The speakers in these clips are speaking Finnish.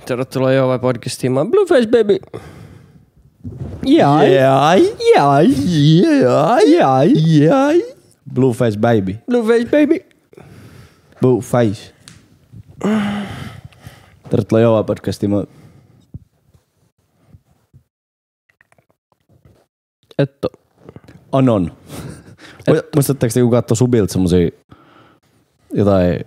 Tervetuloa Joo podcastiin. Mä oon Blueface baby. Jai. Blueface baby. Blueface baby. Blueface. Tervetuloa Joo podcastiin. Etto. Anon. Muistatteko te, kun katsoi Subilta semmosia jotain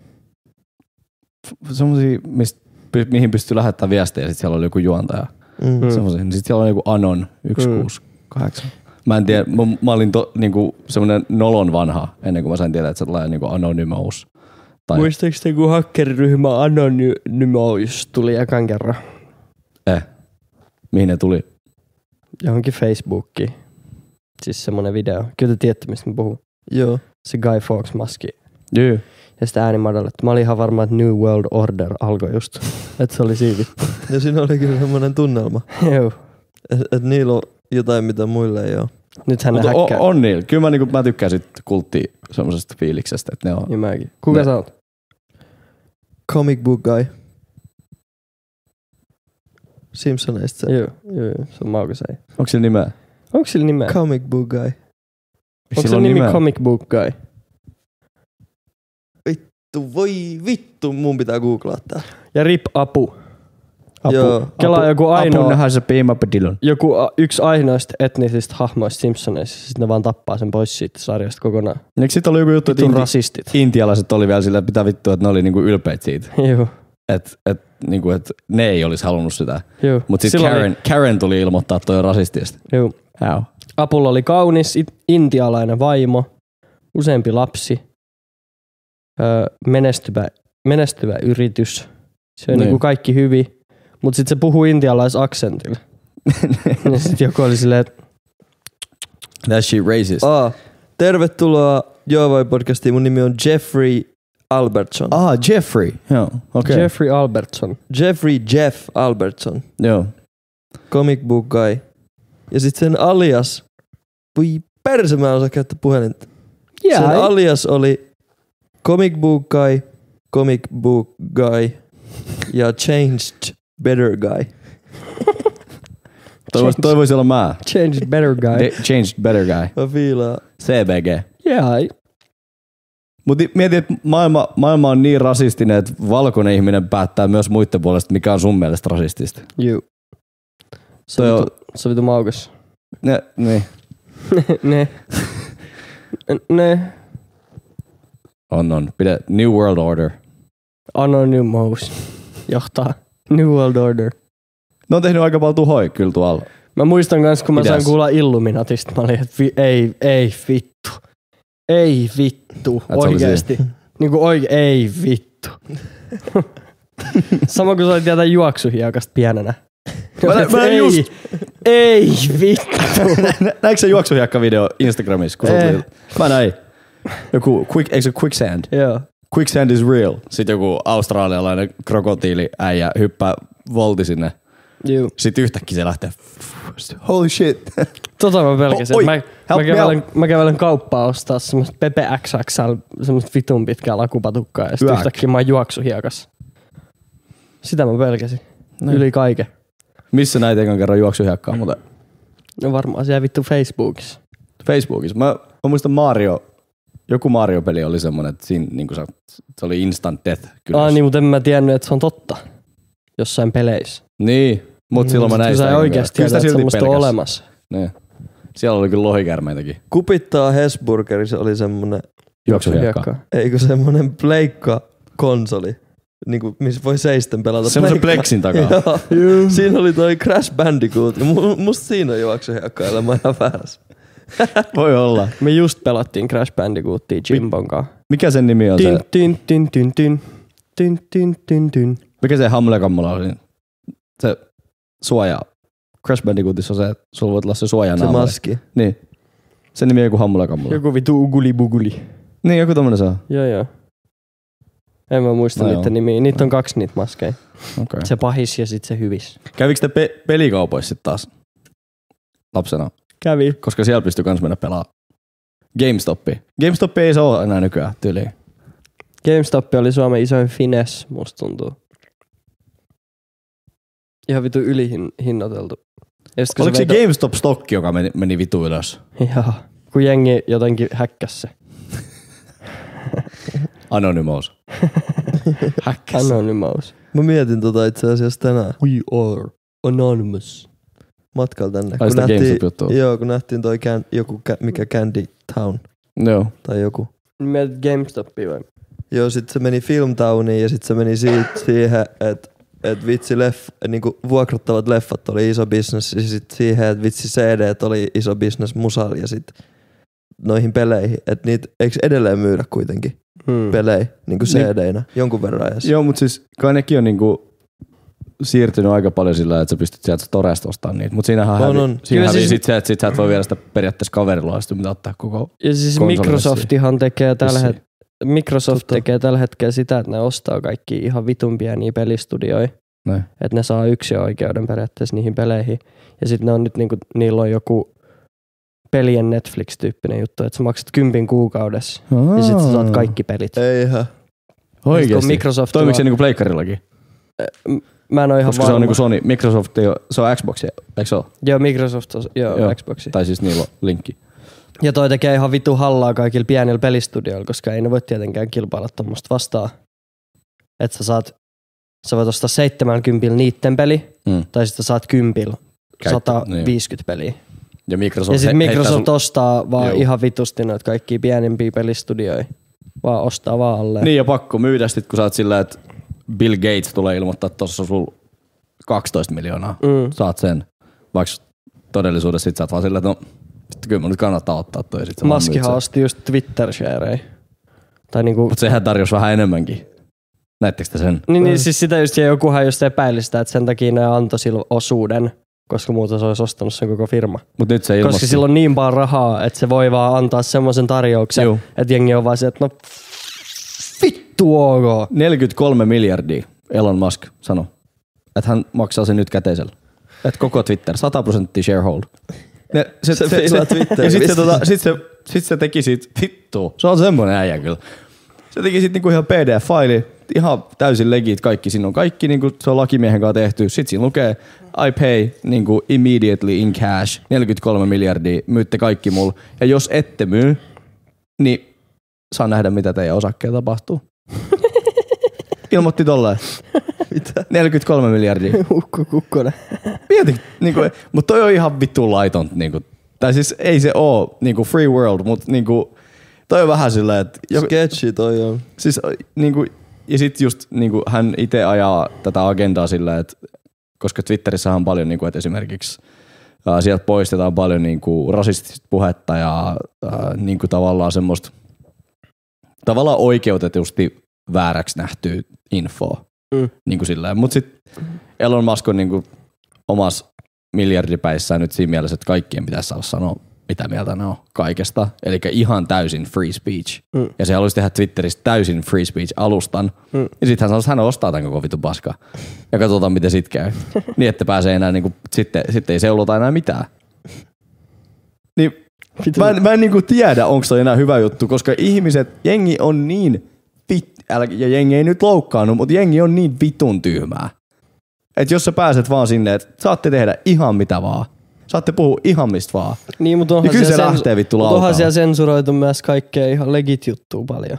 semmosia, mihin pystyy lähettämään viestejä ja sit siellä oli joku juontaja. Semmosia. Niin sit siellä oli joku Anon 168. Mä en tiedä, mä olin niinku semmonen nolon vanha ennen kuin mä sain tietää, että se tulee niinku Anonymous. Muistaaks te, kun hakkeriryhmä Anonymous tuli ekan kerran? Mihin ne tuli? Johonkin Facebookiin. Siis semmonen video. Kyllä te tiedätte, mistä mä puhun. Joo. Se Guy Fawkes maski. Joo. Ja sitä äänimadallettu. Mä olin ihan varma, että New World Order alkoi just. Että se oli siinä vittu. Ja siinä oli kyllä semmonen tunnelma. Joo. Että niillä on jotain, mitä muille ei oo. Nythän ne häkkää. On niillä. Kyllä mä tykkään sit kulttia semmosesta fiiliksestä, että ne on. Ja mäkin. Kuka sä oot? Comic book guy. Simpsoneista se. Joo. Se on Maukasei. Onko sillä nimeä? Onko sillä nimeä? Comic book guy. Onko se nimi Comic Book Guy? Voi vittu, mun pitää googlaa tää. Ja Rip Apu. Joo. Kelaa joku ainoa. Apunnahan se piimapadilon. Joku yksi ainoista etnisistä hahmoista Simpsoneissa. Sitten ne vaan tappaa sen pois siitä sarjasta kokonaan. Eikö sit ollut joku juttu, että rasistit. intialaiset oli vielä sillä, että pitää vittua, että ne oli niinku ylpeitä siitä. Joo. Niinku, et ne ei olisi halunnut sitä. Joo. Mut sit Karen tuli ilmoittaa, että toi on rasistista. Joo. How? Apulla oli kaunis intialainen vaimo, useampi lapsi, menestyvä yritys. Se on niinku kaikki hyvin. Mut sit se puhuu intialaisaksentilla. Ja sit joku oli silleen, että that shit racist. Tervetuloa Joo podcastiin. Mun nimi on Jeffrey Albertson. Jeffrey. Joo, okei. Jeffrey Albertson. Jeff Albertson. Joo. Comic book guy. Ja sit sen alias. Voi perse, mä en osaa käyttää puhelinta. Yeah. Sen alias oli Comic book guy ja Changed Better Guy. Toi voisi olla mä. Changed Better Guy. Changed Better Guy. Mä fiilaan. CBG. Yeah. Mut mieti, että maailma on niin rasistinen, että valkoinen ihminen päättää myös muiden puolesta, mikä on sun mielestä rasistista. Juu. Se vitu maukas. Niin. Ne. On. Pidä New World Order. Anonymous johtaa New World Order. Ne on tehnyt aika paljon tuhoja kyllä tuolla. Mä muistan kans, kun mä sain kuulla Illuminatista. Mä olin, että ei vittu. Oikeesti. Niinku ei vittu. Sama kuin sä olit tietää juoksuhiekasta pienenä. Ei vittu. Näetkö sä juoksuhiekka-video Instagramissa? Mä näin. Joku eikö se quicksand? Joo. Quicksand is real. Sitten joku australialainen krokotiili-äijä hyppää volti sinne. Juu. Sitten yhtäkkiä se lähtee. Holy shit. Tota mä pelkäsin. Mä kävelen kauppaa ostaa semmoista Pepe XXL, semmoista vitun pitkää lakupatukkaa ja sitten yhtäkkiä mä oon juoksuhiekas. Sitä mä pelkäsin. Yli kaiken. Missä näitä ekan kerran juoksuhiekkaa muuten? No varmaan siellä vittu Facebookissa. Facebookissa. Mä muistan joku Mario-peli oli semmonen, että siinä niinku se oli instant death. Kyllä. Niin, mutta en mä tiennyt, että se on totta. Jossain peleissä. Niin, mutta silloin mä näin sitä. Kyllä sä oikeasti tiedät, että semmoista on olemassa. Niin. Siellä oli kyllä lohikärmeitäkin. Kupittaa Hesburgerissa oli semmonen juoksuhiekka. Eikö semmonen pleikka-konsoli? Niinku, missä voi seisten pelata. Semmoisen pleksin takaa. Siinä oli toi Crash Bandicoot. Musta siinä on juoksuhiekka, mä ihan väärässä. Voi olla. Me just pelattiin Crash Bandicootia Jimbon kanssa. Mikä sen nimi on se? Mikä se hamlekammola oli? Se suoja. Crash Bandicootissa on se, että sulla voit olla se suoja naamalle. Se maski. Niin. Sen nimi on joku hamlekammola. Joku vitu uguli-buguli. Niin, joku tommonen se on. Joo. En mä muista niiden nimiä. Niitä on 2 niitä maskeja. Okay. Se pahis ja sit se hyvis. Kävikö te pelikaupoissa sit taas lapsena? Kävi. Koska siellä pystyy kans mennä pelaamaan GameStopia. GameStop ei se ole enää nykyään tyyliin. GameStop oli Suomen isoin finesse, musta tuntuu. Ihan vitu ylihinnoiteltu. Oliko se GameStop-stokki, joka meni vitu ylös? Joo, kun jengi jotenkin häkkäs se. Anonymous. Häkkäs. Anonymous. Mä mietin itse asiassa tänään. We are anonymous. Matkalla tänne. Ai sitä GameStop-juttua. Joo, kun nähtiin toi mikä Candy Town. Joo. Tai joku. Mietit GameStopia vai? Joo, sit se meni Filmtowniin ja sit se meni siihen, että vitsi niinku vuokrattavat leffat oli iso business ja sit siihen, että vitsi CDt oli iso business musalla ja sit noihin peleihin. Että niitä eikö edelleen myydä kuitenkin pelejä niinku CD-nä jonkun verran edes? Joo, mut siis kai nekin on niinku siirtynyt aika paljon sillä, että sä pystyt sieltä Storesta ostamaan niitä. Mut siinähän hävii sit se, että sit sä et voi viedä sitä periaatteessa kaverilla, mitä ottaa koko ja siis Microsoftihan tekee tekee tällä hetkellä sitä, että ne ostaa kaikki ihan vitun pieniä pelistudioita. Että ne saa yksin oikeuden periaatteessa niihin peleihin. Ja sitten ne on nyt niinku, niillä on joku pelien Netflix-tyyppinen juttu, että sä maksat 10 kuukaudessa ja sit sä saat kaikki pelit. Eihän. Oikeesti? Toimiiko se niinku pleikkarillakin? Mä en oo ihan koska varma. Se on niinku Sony. Microsoft se on Xboxia, eikö se ole? Joo, Microsoft on Xboxia. Tai siis niillä on linkki. Ja toi tekee ihan vitu hallaa kaikilla pienillä pelistudioilla, koska ei ne voi tietenkään kilpailla tommoista vastaan. Että sä voit ostaa 70 niitten peli, tai sitten saat 10 150 peliä. Ja Microsoft, sit Microsoft ostaa vaan ihan vitusti noita kaikkia pienempiä pelistudioita. Vaan ostaa vaan alle. Niin ja pakko myydä sit, kun sä oot sillä, että Bill Gates tulee ilmoittaa, että tossa sul 12 miljoonaa. Saat sen. Vaikka todellisuudessa sit sä oot vaan sillä, että no kyllä mun nyt kannattaa ottaa toi. Maskihan osti just Twitter-sharei. Niinku mut sehän tarjosi vähän enemmänkin. Näittekö te sen? Niin siis sitä just jokuhan just epäili sitä, että sen takia ne antoi sille osuuden, koska muuten se olisi ostanut sen koko firma. Mut nyt se ilmoitti. Koska sillä on niin paljon rahaa, että se voi vaan antaa semmoisen tarjouksen, että jengi on vaan se, että no vittu ok. 43 miljardia Elon Musk sanoi, että hän maksaa sen nyt käteisellä. Että koko Twitter, 100% sharehold. Ja sit se teki siitä, vittu, se on semmonen äijä kyllä. Se teki sit niinku ihan PDF-faili, ihan täysin legit kaikki. Siinä on kaikki, niinku se on lakimiehen kanssa tehty. Sit siinä lukee, I pay niinku immediately in cash, 43 miljardia, myytte kaikki mulle. Ja jos ette myy, niin saa nähdä mitä teidän osakkeella tapahtuu. Ilmoitti tolleen. Mitä? 43 miljardia. Ukko kukkonen. Mieti, niinku, mut toi on ihan vittu laiton. Niinku, tai siis ei se oo niinku free world, mut niinku toi on vähän silleen, että sketchy toi on. Siis niinku, ja sit just niinku hän ite ajaa tätä agendaa silleen, että koska Twitterissä on paljon niinku, että esimerkiksi sieltä poistetaan paljon niinku rasistista puhetta ja niinku tavallaan semmoista tavallaan oikeutetusti vääräksi nähtyä infoa. Niinku silleen. Mut sit Elon Musk on niinku omassa miljardipäissään nyt siinä mielessä, että kaikkien pitäisi saada sanoa mitä mieltä ne on kaikesta. Eli ihan täysin free speech. Ja se haluaisi tehdä Twitteristä täysin free speech alustan. Ja sit hän sanoo, että hän ostaa tämän koko vitun paskaa. Ja katsotaan miten sit käy. Niin että pääsee enää niinku, sitten ei seulota enää mitään. Niin mä en niinku tiedä, onko toi enää hyvä juttu, koska jengi on niin ja jengi ei nyt loukkaannut, mutta jengi on niin vitun tyhmää. Että jos sä pääset vaan sinne, että saatte tehdä ihan mitä vaan. Saatte puhua ihan mistä vaan. Niin, mutta kyllä se lähtee vittu laukaan. Onhan siellä sensuroitu myös kaikkea ihan legit juttua paljon.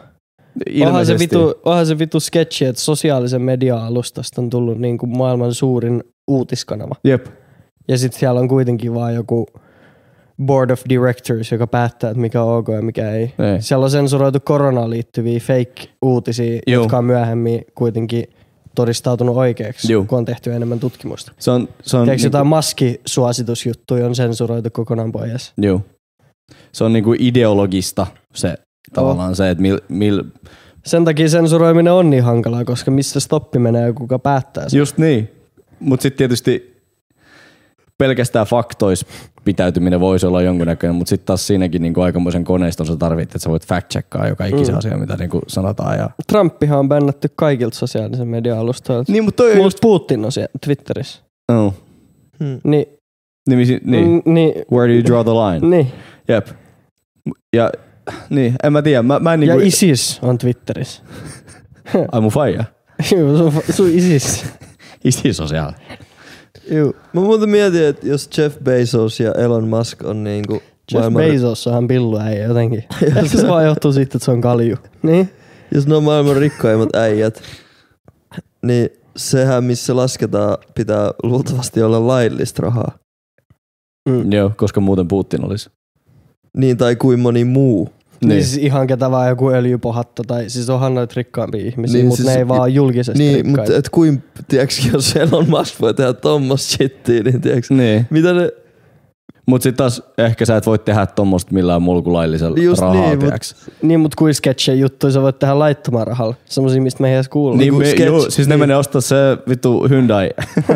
Onhan se vittu sketchi, että sosiaalisen media-alustasta on tullut niin kuin maailman suurin uutiskanava. Jep. Ja sit siellä on kuitenkin vaan joku board of directors, joka päättää, että mikä on ok ja mikä ei. Siellä on sensuroitu koronaan liittyviä fake-uutisia, jotka on myöhemmin kuitenkin todistautunut oikeaksi, kun on tehty enemmän tutkimusta. Tiedätkö jotain maskisuositusjuttuja on sensuroitu kokonaan pois? Joo. Se on niinku ideologista se tavallaan se, että sen takia sensuroiminen on niin hankalaa, koska missä stoppi menee, kuka päättää sen. Just niin. Mut sit tietysti pelkästään faktois pitäytyminen voisi olla jonkunnäköinen, mutta sitten taas siinäkin niinku aikamoisen koneiston sä tarvitset, että sä voit fact-checkaa joka ikisen asia, mitä niinku sanotaan. Ja Trumpihan on bännätty kaikilta sosiaalisen media-alustoilta. Niin, mutta toi just Putin on siellä Twitterissä. Oh. Niin. Where do you draw the line? Niin. Jep. Ja niin, en mä tiedä. Mä en niinku ja ISIS on Twitterissä. Ai mun faija? Joo, sun ISIS. ISIS on siellä. Mä muuten mietin, että jos Jeff Bezos ja Elon Musk on niinku... Jeff Bezos onhan pillu äijä jotenkin. Ehkä se vaan johtuu siitä, että se on kalju. Niin? Jos ne on maailman rikkaimmat äijät, niin sehän missä lasketaan pitää luultavasti olla laillista rahaa. Joo, koska muuten Putin olisi. Niin, tai kuin moni muu. Niin siis ihan ketä vaan joku öljypohatto, tai siis onhan noita rikkaampia ihmisiä, niin, mutta siis, ne ei vaan julkisesti niin, rikkaita. Niin, mutta kuin, tiiäks, jos Elon Musk voi tehdä tommoista shittiä, niin tiiäks, mitä ne... Mut sit taas ehkä sä et voi tehdä tommoista millään mulkulaillisella rahaa, niin, tiiäks. Niin, mut kuin sketchejä juttuja sä voit tehdä laittomaan rahalla. Semmosia, mistä me ei edes kuulla. Niin, siis ne menee ostaa se vittu Hyundai.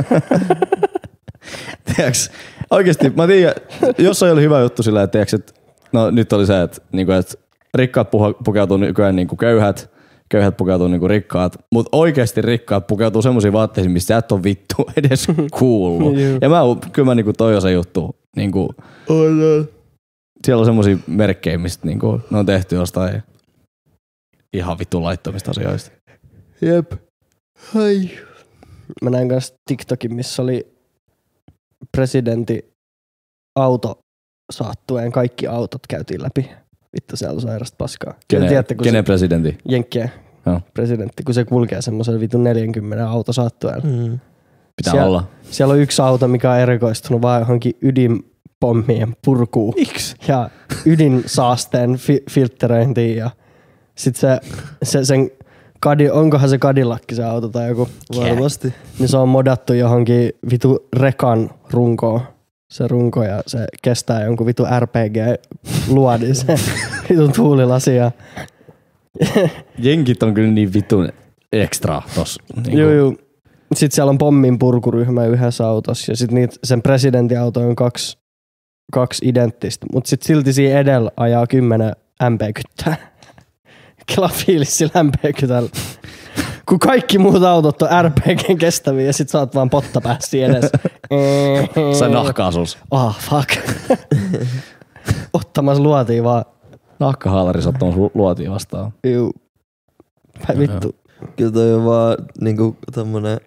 Tiiäks, oikeesti mä tiedän, jossain oli hyvä juttu sillä, että tiiäks, että no nyt oli se, että niinku, et rikkaat pukeutuu nykyään niinku köyhät pukeutuu niinku rikkaat, mutta oikeasti rikkaat pukeutuu semmoisiin vaatteisiin, mistä sä et ole vittu edes kuullut. Ja kyllä mä niinku toi on se juttu. Niinku, siellä on semmoisia merkkejä, mistä niinku, ne on tehty jostain ihan vittu laittomista asioista. Jep. Hai. Mä näin kanssa TikTokin, missä oli presidentin auto saattueen. Kaikki autot käytiin läpi. Vittu, siellä on sairasta paskaa. Kenen presidentti? Jenkkien presidentti, kun se kulkee semmoisella vitun 40 auto saattueen. Pitää olla. Siellä on yksi auto, mikä on erikoistunut vaan johonkin ydinpommien purkuun. Miksi? Ja ydinsaasteen filtteröintiin. Ja sit sen onkohan se Cadillac se auto tai joku? Varmasti. Niin se on modattu johonkin vitu rekan runkoon. Se runko ja se kestää jonkun vitu RPG-luodin se vitun tuulilasi. Ja jenkit on kyllä niin vitun ekstra tossa. Niin joo. Sitten siellä on pommin purkuryhmä yhdessä autossa ja sitten sen presidentin auto on kaksi identtistä. Mutta sitten silti siinä edellä ajaa 10 MP-kyttää. Kela fiilis sillä MP-kytällä. Kun kaikki muut autot on RPGn kestäviä ja sit sä oot vaan pottapäässä edessä. Se nahkaa sus. Fuck. Ottamassa luotiin vaan. Nahkahaalari sattuu luotiin vastaan. Juu. Vittu. Kyllä toi on vaan niinku tommonen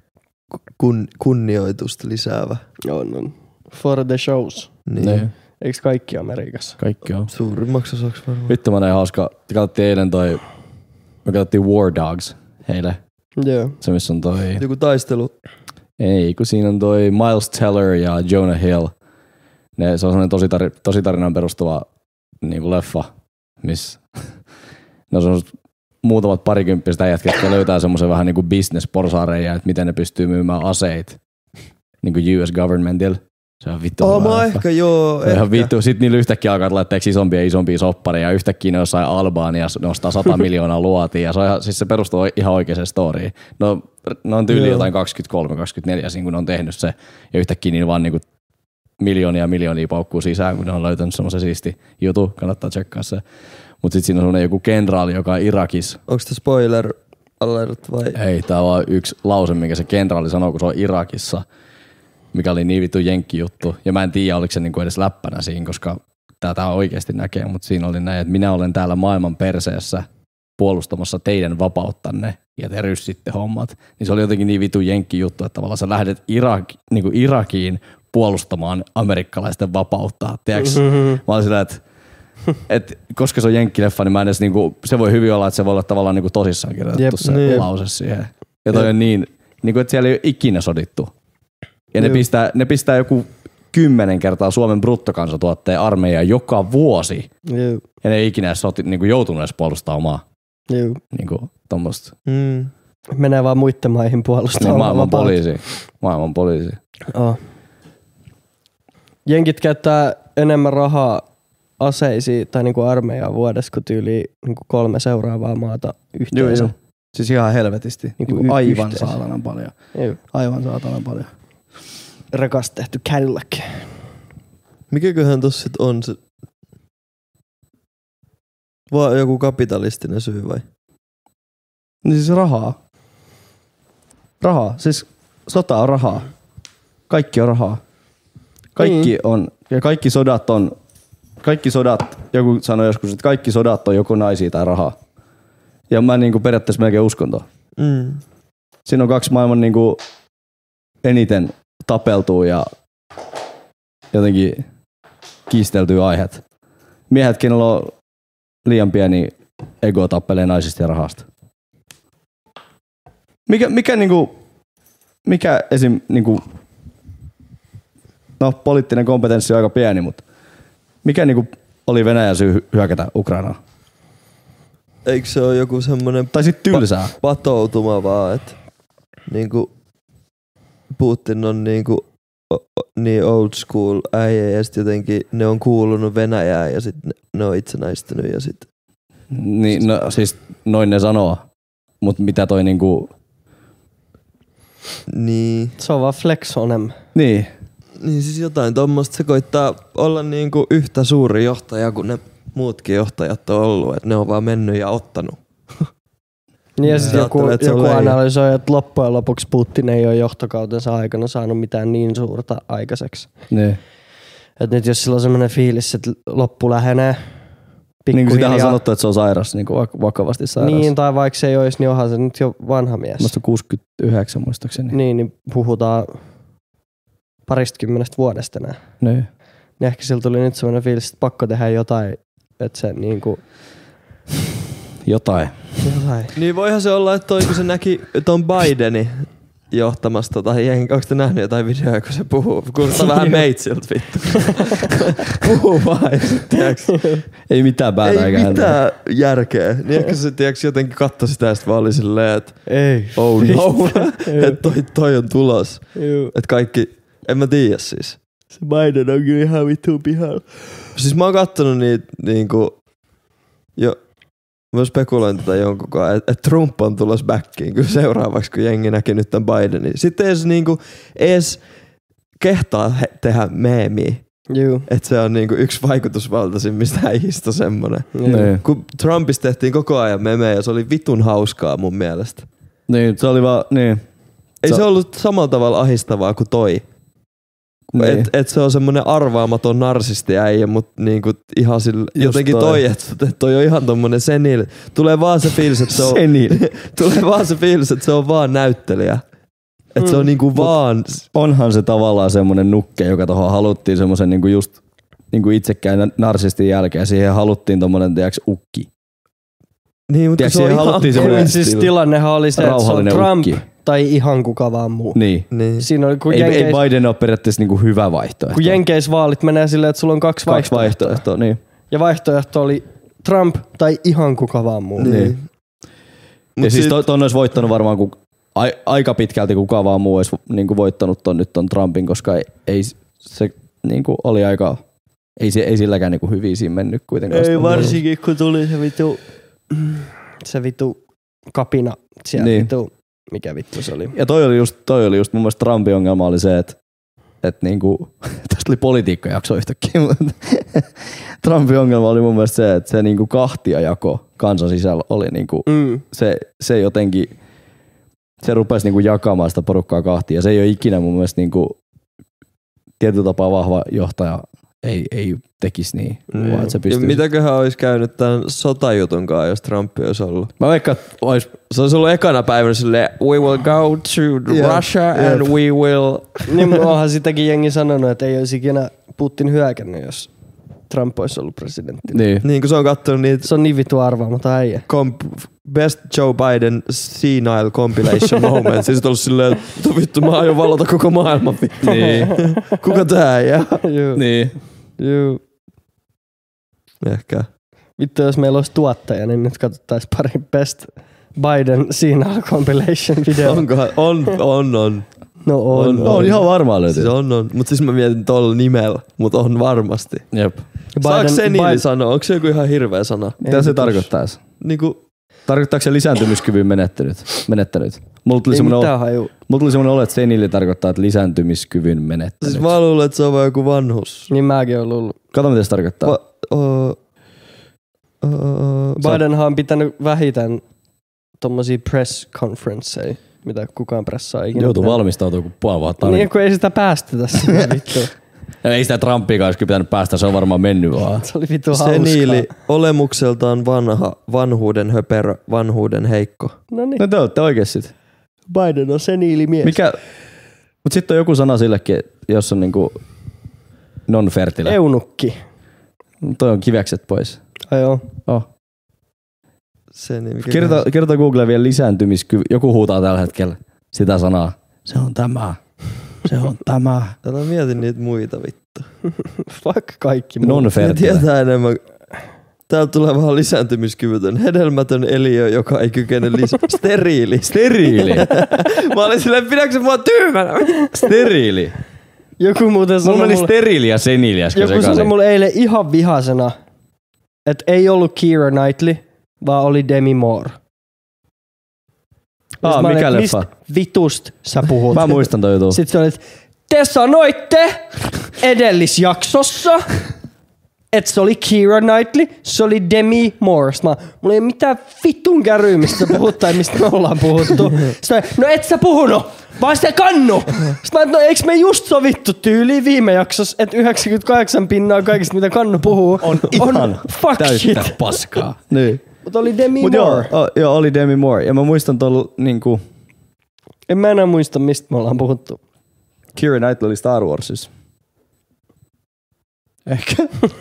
kunnioitusta lisäävä. On. For the shows. Niin. Eiks kaikki Amerikassa? Kaikki on. Suurimmaksi osaksi varmaan. Vittu mä näin hauska. Katsottiin eilen me katsottiin War Dogs heille. Joo. Se missä on toi... Joku taistelu. Ei, kun siinä on toi Miles Teller ja Jonah Hill. Se on sellainen tositarinaan perustuva niinku leffa, missä ne on sellaiset muutamat parikymppiset äijät, jotka löytää semmoisen vähän niinku business-porsaareja, että miten ne pystyy myymään aseet niinku US governmentille. Se on vittu. Mä ehkä joo. Se on ihan vittu. Sitten niillä yhtäkkiä alkaa laittaa isompia soppareja ja yhtäkkiä ne jossain Albaniassa nostaa 100 miljoonaa luotia ja se perustuu ihan oikeaan storyin. No, ne on tyyli jotain 23-24 siinä, kun ne on tehnyt se ja yhtäkkiä niin vaan niinku miljoonia paukkuu sisään, kun ne on löytänyt semmoisen siisti jutu. Kannattaa tsekkaa se. Mutta sitten siinä on semmoinen joku kenraali, joka on Irakissa. Onko tämä spoiler alert vai? Ei, tää on vaan yksi lause, minkä se kenraali sanoo, kun se on Irakissa. Mikä oli niin vittu jenkkijuttu. Ja mä en tiedä, oliko se niinku edes läppänä siinä, koska tätä oikeasti näkee. Mutta siinä oli näin, että minä olen täällä maailman perseessä puolustamassa teidän vapauttanne ja te ryssitte hommat. Niin se oli jotenkin niin vittu jenkkijuttu, että tavallaan sä lähdet Irakiin puolustamaan amerikkalaisten vapautta. Tiedätkö? Mä olin sillä, että koska se on jenkkileffa, niin mä en edes niinku, se voi hyvin olla, että se voi olla tavallaan niinku tosissaan kirjoitettu se lause siihen. Ja toi on niin, niinku, että siellä ei ole ikinä sodittu. Ja ne pistää joku 10 kertaa Suomen bruttokansantuotteen armeijaan joka vuosi. Ja ne ei ikinä edes niinku joutunut edes puolustamaan omaa. Niinku tommoista. Menee vaan muitten maihin puolustamaan. Niin, maailman poliisi. Jenkit käyttää enemmän rahaa aseisiin tai niinku armeijaan vuodessa kuin tyyliin niinku 3 seuraavaa maata yhteensä. Joo. Siis ihan helvetisti. Niinku aivan saatanan paljon. Aivan saatanan paljon. Rekas tehty Cadillac. Mikäköhän tossa sit on se? Vaan joku kapitalistinen syy vai? Niin siis rahaa. Rahaa. Siis sota on rahaa. Kaikki on rahaa. Kaikki on. Ja kaikki sodat, joku sanoi joskus, että kaikki sodat on joko naisia tai rahaa. Ja mä niinku periaatteessa melkein uskon tuon. Siinä on 2 maailman niinku eniten tapeltuu ja jotenkin kiisteltyy aiheet. Miehet, kenellä on liian pieni ego, tappelee naisista ja rahasta. Mikä esim. Niinku, no poliittinen kompetenssi on aika pieni, mutta mikä niinku oli Venäjän syy hyökätä Ukrainaan? Eikö se ole joku semmoinen tai sit tylsää patoutuma vaan, että niinku Putin on niinku niin old school äijä ja sit jotenkin ne on kuulunut Venäjään ja sit ne on itsenäistynyt ja sit. Niin, no siis noin ne sanoo, mut mitä toi niinku. Niin. Se on vaan flex on enemmän. Niin. Niin siis jotain tommoista, se koittaa olla niinku yhtä suuri johtaja kuin ne muutkin johtajat on ollut, että ne on vaan mennyt ja ottanut. Niin ja sitten joku analysoi, että loppujen lopuksi Putin ei ole johtokautensa aikana saanut mitään niin suurta aikaiseksi. Niin. Että nyt jos sillä on semmoinen fiilis, että loppu lähenee pikkuhiljaa. Niin kuin sitä on sanottu, että se on sairas, niin kuin vakavasti sairas. Niin, tai vaikka se ei olisi, niin onhan se nyt jo vanha mies. Musta 69 muistaakseni. Niin puhutaan 20 vuodesta enää. Niin. Niin ehkä sillä tuli nyt semmoinen fiilis, että pakko tehdä jotain, että se niinku. Jotain. Niin voihan se olla, että kun se näki ton Bidenin johtamasta tai onko te nähnyt jotain videoa, kun se puhuu? Kuulostaa vähän meitsiltä vittu. Puhuu vaan. Ei mitään päätä eikä häntä. Ei mitään järkeä. Niin ehkä se jotenkin katsoi sitä ja sit vaan oli silleen, että ei. Oh no. Että toi on tulos. Että kaikki, en mä tiedä siis. Se Biden on kyllä ihan vittu pihalla. Siis mä oon kattonut niitä niinku jo. Mä spekuloin tätä jonkun kanssa, että Trump on tulossa backiin kyllä seuraavaksi, kun jengi näki nyt tämän Bidenin. Sitten ei niinku edes kehtaa tehdä meemiä. Että se on niinku yksi vaikutusvaltaisimmista äijistä semmonen. Kun Trumpista tehtiin koko ajan memejä ja se oli vitun hauskaa mun mielestä. Niin, se oli vaan, niin. Ei se ollut samalla tavalla ahistavaa kuin toi. Niin. Et se on semmonen arvaamaton narsistiäijä, mutta niinku ihan sillä, jotenkin toi, että toi on ihan tommonen senil. Tulee vaan se fiilis, että se on tulee vaan se fiilis, että se on vaan näyttelijä. Että se on niinku vaan. Onhan se tavallaan semmonen nukke, joka tohon haluttiin semmosen niinku just niinku itsekään narsistin jälkeen. Siihen haluttiin tommonen ukki. Niin, mutta se on haluttiin semmonen. Siis tilannehan oli se, että se on Trump. Ukki. Tai ihan kuka vaan muu. Niin. Siinä oli, ei Biden ole periaatteessa niinku hyvä vaihtoehto. Kun Jenkeis-vaalit menee silleen, että sulla on kaksi vaihtoehtoa. Niin. Ja vaihtoehto oli Trump tai ihan kuka vaan muu. Niin. Ja siis ton olisi voittanut varmaan, kun aika pitkälti kuka vaan muu olisi niinku voittanut nyt ton Trumpin, koska ei se niinku oli aika, ei silläkään niinku hyviä siinä mennyt kuitenkaan. Ei varsinkin, kun tuli se vitu kapina siellä niin. Vitu. Mikä vittu se oli? Ja toi oli just mun mielestä Trumpin ongelma oli se, että niinku, tästä oli politiikkajakso yhtäkkiä, mutta Trumpin ongelma oli mun mielestä se, että se niinku kahtiajako kansan sisällä oli niinku, se jotenkin, se rupesi niinku jakamaan sitä porukkaa kahtia. Se ei ole ikinä mun mielestä niinku, tietyllä tapaa vahva johtaja ei tekisi niin. Vaan, että se pystyisi. Mitäköhän olisi käynyt tämän sotajutunkaan, jos Trump olisi ollut? Mä vaikka se olisi ollut ekana päivänä silleen, we will go to Russia and we will. Niin onhan sitäkin jengi sanonut, että ei olisi ikinä Putin hyökännyt, jos Trump olisi ollut presidentti. Niin kun se on kattonut niitä. Se on niin vittu arvaamaton äijä. Best Joe Biden senile compilation moments. Siis on ollut silleen, että vittu mä aion vallata koko maailman vittu. Niin. Kuka tää jää? Niin. Juu. Ehkä. Vittu jos meillä olisi tuottaja, niin nyt katsottais pari Best Biden senile compilation video. Onkohan? On. No on ihan varmaan löytyy. Siis on. Mut siis mä mietin tolla nimellä, mut on varmasti. Jep. Saako senili sanoa? Onko se joku ihan hirveä sana? Mitä se tarkoittaisi? Niinku. Tarkoittaako se lisääntymiskyvyn menettänyt? Mulla tuli semmoinen olo, että senili tarkoittaa, että lisääntymiskyvyn menettänyt. Siis mä luulen, että se on vaan joku vanhus. Niin mäkin oon luullut. Kato mitä se tarkoittaa. Bidenhan on pitänyt vähitän tommosia press conferenceja, mitä kukaan pressaa ikinä. Joutuu valmistautumaan kuin puoli vuotta. Niin kun ei sitä päästetä sinne vittu. Ei sitä Trumpia olisi kyllä pitänyt päästä, se on varmaan mennyt vaan. Se oli vittu hauskaa. Seniili olemukseltaan vanha, vanhuuden höperö, vanhuuden heikko. No niin. No te olette oikein sit. Biden on seniili mies. Mikä, Mut sitten on joku sana sillekin, jos on niinku non-fertile. Eunukki. Toi on kivekset pois. Ai joo. Oh. Se niin, Kirjoita Googleen vielä lisääntymiskyvy. Joku huutaa tällä hetkellä sitä sanaa. Se on tämä. Se on tämä. Älä mieti niitä muita vittu. Fuck kaikki muut. Non-fertile. Ne tietää enemmän. Täältä tulee vähän lisääntymiskyvytön. Hedelmätön eliö, joka ei kykene Steriili. Steriili. Mä olin silleen, pidätkö mua tyhmänä? Steriili. Joku muuten sanoi mulla meni steriili ja seniili äsken joku sanoi mulle eilen ihan vihasena, että ei ollut Keira Knightley, vaan oli Demi Moore. Mikä leffa? Mistä vitust sä puhut? Mä muistan toi jutun. Sitten se oli, että te sanoitte edellisjaksossa, että se oli Keira Knightley, se oli Demi Moore. Mulla ei mitään vittun käryä, mistä sä puhut tai mistä me ollaan puhuttu. Sitten no et sä puhunut, vaan se kannu. Sitten no eiks me just sovittu tyyliin viime jaksossa, että 98% kaikista mitä kannu puhuu on ihan fuck täyttä shit. paskaa. Niin. Mutta oli Demi Moore. Joo, oli Demi Moore. Ja mä muistan tuolla niinku... En mä enää muista, mistä me ollaan puhuttu. Keira Knightley oli Star Warsissa. Ehkä.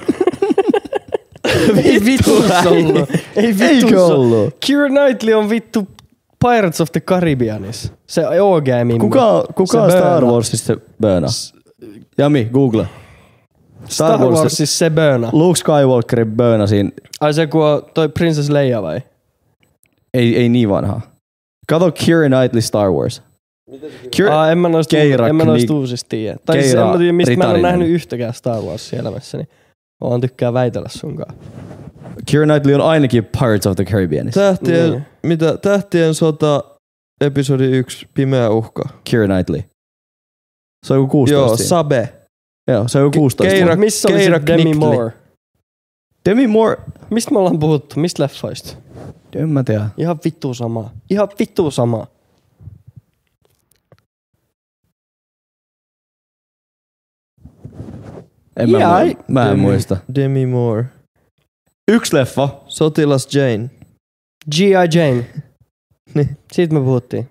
Ei vitussa ollut. Ei vitussa ollut. Keira Knightley on vittu Pirates of the Caribbeanis. Se OG-mimmi. Kuka on Star Warsissa se Böna? Jami, google. Star Warsissa se Böna. Luke Skywalkerin Böna siinä. Ai se kun on toi Princess Leia vai? Ei niin vanha. Kato Keira Knightley Star Wars. En mä noista uusista tiedä. Tai siis en mä tiedä, mistä mä en ole nähnyt yhtäkään Star Warsia elämässäni. Mä tykkää väitellä sunkaan. Keira Knightley on ainakin Pirates of the Caribbean. Tähtien sota, episodi 1, Pimeä uhka. Keira Knightley. Se on joku 16. Joo, Sabe. Joo, se on joku 16. Missä oli se Demi Moore? Demi Moore. Mistä me ollaan puhuttu? Mistä leffoista? En mä tiedä. Ihan vittu sama. Ihan vittu sama. Mä en muista. Demi Moore. Yksi leffa. Sotilas Jane. G.I. Jane. Niin. Siitä me puhuttiin.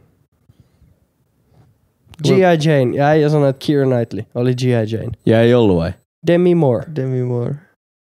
G.I. Jane. Ja äijä sanoi, että Keira Knightley oli G.I. Jane. Ja ei ollut vai? Demi Moore. Demi Moore.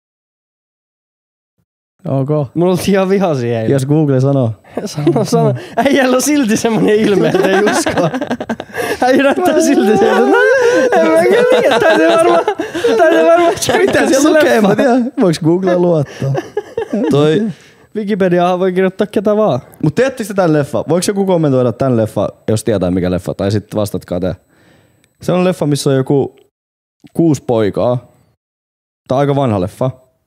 Ok. Mulla oltiin ihan vihaisia eilen. Jos Google sanoo. Sano. Äijällä on silti semmonen ilme, että ei usko. Äijä näyttää silti sieltä. No, en mä kyllä. Täytyy varmaan mitä siellä lukee? Mä tiedän. Voiko Googlea luottaa? Toi Wikipediahan voi kirjoittaa ketä vaan. Mut teettekö te tän leffa? Voiko joku kommentoida tän leffa, jos tietää mikä leffa? Tai sitten vastatkaa te. Se on leffa, missä on joku 6 poikaa. Tää on aika vanha leffa.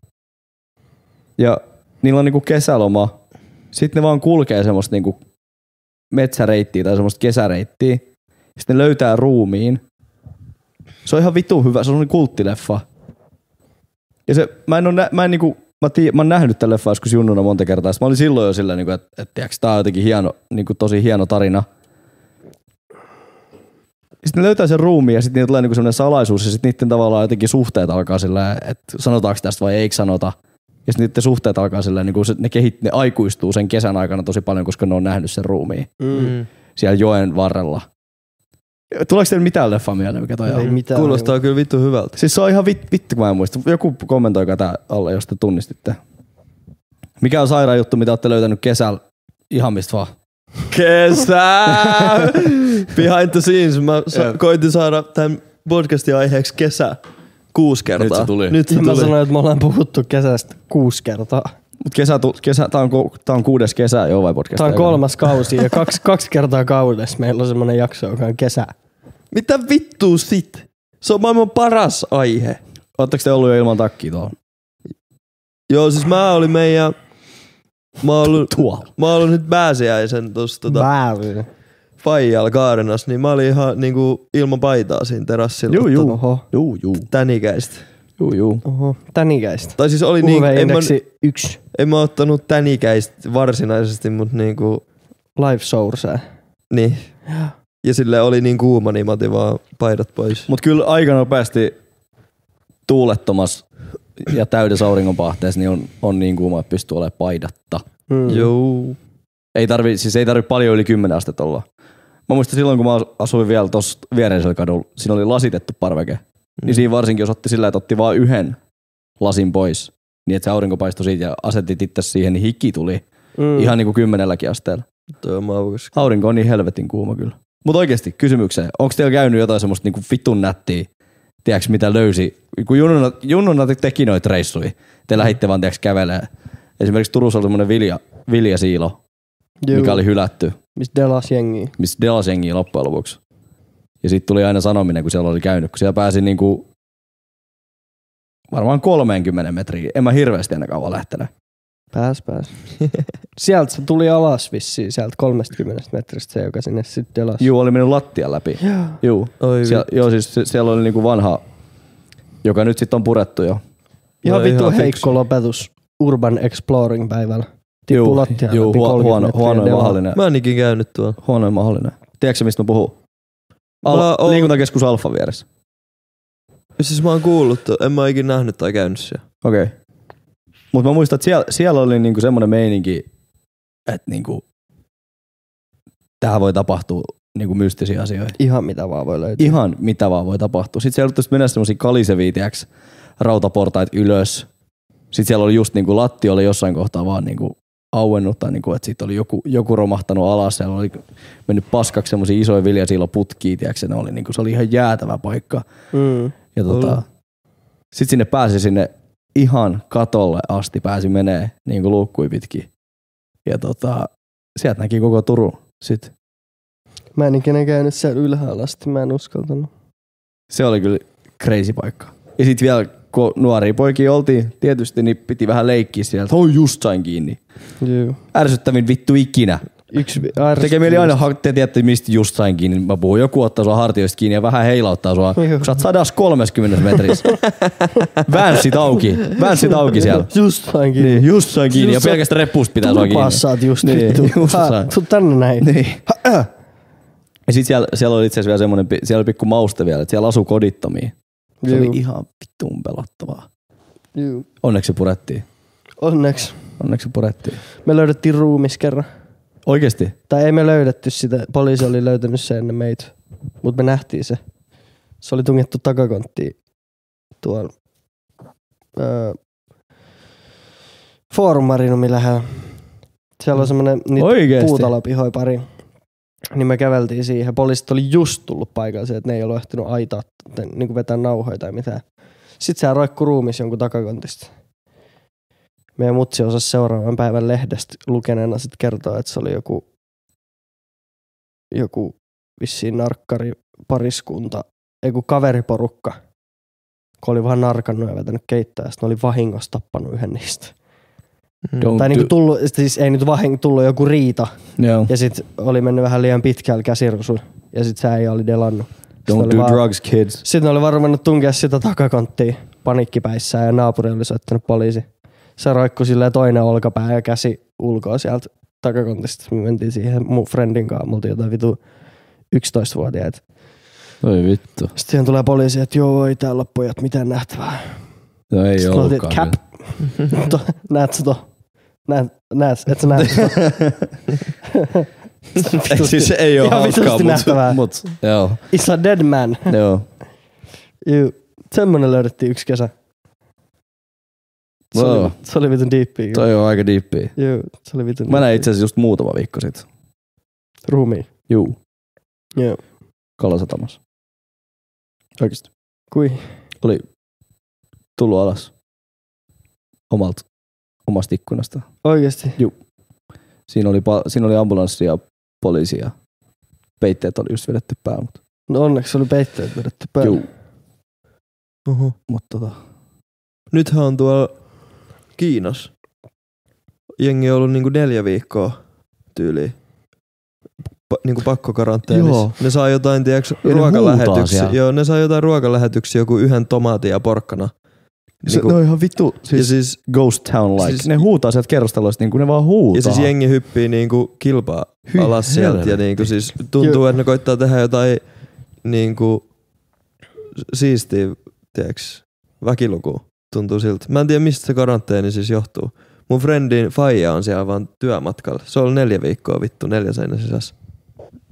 Ja niillä on niinku kesäloma. Sitten ne vaan kulkee semmoista niinku metsäreittiä tai semmoista kesäreittiä. Sitten ne löytää ruumiin. Se on ihan vitun hyvä. Se on kulttileffa. Ja se, mä oon nähnyt tämän leffan joskus junnuna monta kertaa. Sitten mä olin silloin jo silleen, että tää on jotenkin hieno, tosi hieno tarina. Sitten ne löytää sen ruumiin ja sitten niillä tulee niinku semmoinen salaisuus ja sitten niiden tavallaan jotenkin suhteet alkaa silleen, että sanotaanko tästä vai eikö sanota. Ja sitten niiden suhteet alkaa silleen, niinku ne aikuistuu sen kesän aikana tosi paljon, koska ne on nähnyt sen ruumiin. Siellä joen varrella. Tuleeko teille mitään leffaa mieleen, mikä toi on? Ei mitään. Kuulostaa kyllä vittu hyvältä. Siis se on ihan vittu, kun mä en muista. Joku kommentoikaa tää alle, jos te tunnistitte. Mikä on sairaan juttu, mitä olette löytänyt kesällä? Ihan mistä vaan. Kesä! Behind the scenes. Mä koitin saada tämän podcastin aiheeksi kesä 6 kertaa. Nyt se tuli. Mä sanoin, että me ollaan puhuttu kesästä 6 kertaa. Mut tää on 6. kesä jo vai podcast? Tää on 3. kausi ja 2 kertaa kaudessa meillä on semmonen jakso, joka on kesä. Mitä vittua sit? Se on maailman paras aihe. Ootteko te ollut jo ilman takkia tuolla? Joo, siis mä oon ollut nyt pääsiäisen tossa Faijalla Kaarenassa, niin mä olin ihan niinku ilman paitaa siinä terassilla. Juu. Tän ikäistä. Juu. Oho, tän ikäistä. Tai siis oli niin, en mä ottanut tän ikäistä varsinaisesti, mut niinku live source. Niin. Ja sille oli niin kuuma, niin mä otin vaan paidat pois. Mut kyllä aika nopeasti tuulettomassa ja täydessä auringonpahteessa niin on niin kuuma, että pystyy olemaan paidatta. Joo. Ei tarvi paljon yli 10 astetta olla. Mä muistan silloin, kun mä asuin vielä tuossa viereisellä kadulla, siinä oli lasitettu parveke. Niin siinä varsinkin, jos otti sillä, että otti vaan yhden lasin pois, niin että se aurinko paistoi siitä ja asetit itse siihen, niin hiki tuli ihan niin kuin 10 asteella. Toi on maukas. Aurinko on niin helvetin kuuma kyllä. Mutta oikeasti kysymykseen, onko teillä käynyt jotain semmoista niinku vitun nättiä, tiedätkö mitä löysi? Kun junnuna teki noita reissuja, te lähditte vaan tiedätkö kävelee. Esimerkiksi Turussa oli semmoinen viljasiilo, mikä oli hylätty. Mistä delas jengiä loppujen lopuksi. Ja sitten tuli aina sanominen, kun siellä oli käynyt, kun siellä pääsi niinku varmaan 30 metriä. En mä hirveästi ennen kauan lähtenyt. Pääs. Sieltä se tuli alas vissiin, sieltä 30 metristä se, joka sinne sitten delas. Juu, oli mennyt lattian läpi. Juu. Siis siellä oli niinku vanha, joka nyt sitten on purettu jo. Ihan vittu heikko lopetus Urban Exploring päivällä. Tippu lattian läpi 30 metriä. Huonoin mahdollinen. Mä oon ikin käynyt tuolla. Huonoin mahdollinen. Tiedätkö mistä mä puhun? Liikuntakeskus Alfa vieressä. Siis mä oon kuullut, en mä ikin nähnyt tai käynyt siellä. Okei. Mutta mä muistan, että siellä oli niinku semmoinen meininki, että niinku, tähän voi tapahtua niinku mystisiä asioita. Ihan mitä vaan voi löytyä. Ihan mitä vaan voi tapahtua. Sitten siellä oli mennä semmosia kalisevia, tiiäks, rautaportaita ylös. Sitten siellä oli just niinku latti oli jossain kohtaa vaan niinku auennut tai niinku, että siitä oli joku romahtanut alas. Siellä oli mennyt paskaksi semmosia isoja viljasiiloputkia, tiiäks, ne oli niinku, se oli ihan jäätävä paikka. Ja sitten sinne pääsi sinne ihan katolle asti pääsi menee niin kuin luukkui pitkin. Ja sieltä näki koko Turun sit. Mä en ikinä käynyt siellä ylhäällä asti, mä en uskaltanut. Se oli kyllä crazy paikka. Ja sit vielä kun nuoria poikia oltiin tietysti, niin piti vähän leikkiä sieltä. Just sain kiinni. Joo. Ärsyttävin vittu ikinä. Tekee mieli aina te tiedätte, mistä just sain kiinni. Mä puhun, joku ottaa sua hartioista kiinni ja vähän heilauttaa sua. Kun sä oot 130 metrissä. Väänsit auki siellä. Just sain kiinni. Niin, just sain kiinni. Ja pelkästä reppusta pitää sua kiinni. Tulipassaat just vittu. Tuu tänne näin. Niin. Ja sit siellä oli itse asiassa vielä semmonen, siellä oli pikku mauste vielä, että siellä asui kodittomia. Se oli ihan vittuun pelottavaa. Onneksi se purettiin. Onneksi se purettiin. Me löydettiin ruumis kerran. Oikeesti? Tai ei me löydetty sitä. Poliisi oli löytänyt se ennen meitä. Mutta me nähtiin se. Se oli tungettu takakonttiin tuolla Forum Marinumin lähellä. Siellä on semmonen puutalopihoi pari. Niin me käveltiin siihen. Poliisit oli just tullut paikalle, että ne ei ollut ehtinyt aitaa niin vetää nauhoja tai mitään. Sitten se roikkui ruumis jonkun takakontista. Meidän mutsi osasi seuraavan päivän lehdestä lukeneena sitten kertoa, että se oli joku vissiin narkkaripariskunta, kaveriporukka, kun oli vähän narkannut ja vetänyt keittää, ja sitten oli vahingossa tappanut yhden niistä. Tai niinku tullut, siis ei nyt tullut joku riita, ja sitten oli mennyt vähän liian pitkällä käsirusulla, ja sitten se äijä oli delannut. Don't do drugs, kids. Sitten ne oli varmannut tunkea sitä takakonttia panikkipäissään, ja naapuri oli soittanut poliisi. Se roikkui silleen toinen olkapää ja käsi ulkoa sieltä takakontista. Me mentiin siihen mun friendin kanssa. Me oltiin jotain vitu 11-vuotiaita. Oi vittu. Sitten siihen tulee poliisi, että joo, ei täällä ole pojat mitään nähtävää. No ei ollutkaan. Cap. Näet sä to? Et sä näet Siis ei oo hauskaa, mut joo. It's a dead man. Joo. Semmonen löydettiin yksi kesä. Se oli vitun diippiä. Toi on aika diippiä. Joo, se oli vitun. Mä näin itse asiassa just muutama viikko sit. Ruumiin? Juu. Joo. Kalasatamassa. Oikeesti. Kui? Oli tullut alas. Omasta ikkunasta. Oikeesti? Juu. Siinä oli ambulanssi ja poliisi ja peitteet oli just vedetty päälle. No onneksi oli peitteet vedetty päälle. Juu. Mutta Nythän on tuolla Kiinassa. Jengi on ollut niinku 4 viikkoa tyyliin. Niinku pakkokaranteenissa. Ne saa jotain, tiiäks, ruokalähetyksiä. Joo, ne saa jotain ruokalähetyksiä, joku yhden tomaatin ja porkkana. Niinku, ne on ihan vittu, siis ghost town like. Siis, ne huutaa sieltä kerrostaloista, niinku ne vaan huutaa. Ja siis jengi hyppii niinku kilpaa alas sieltä. Ja niinku siis tuntuu, että ne koittaa tehdä jotain niinku siistiä, tiiäks, väkilukua. Tuntuu siltä. Mä en tiedä, mistä se karanteeni siis johtuu. Mun friendin faija on siellä vaan työmatkalla. Se on 4 viikkoa vittu 4 seinän sisässä.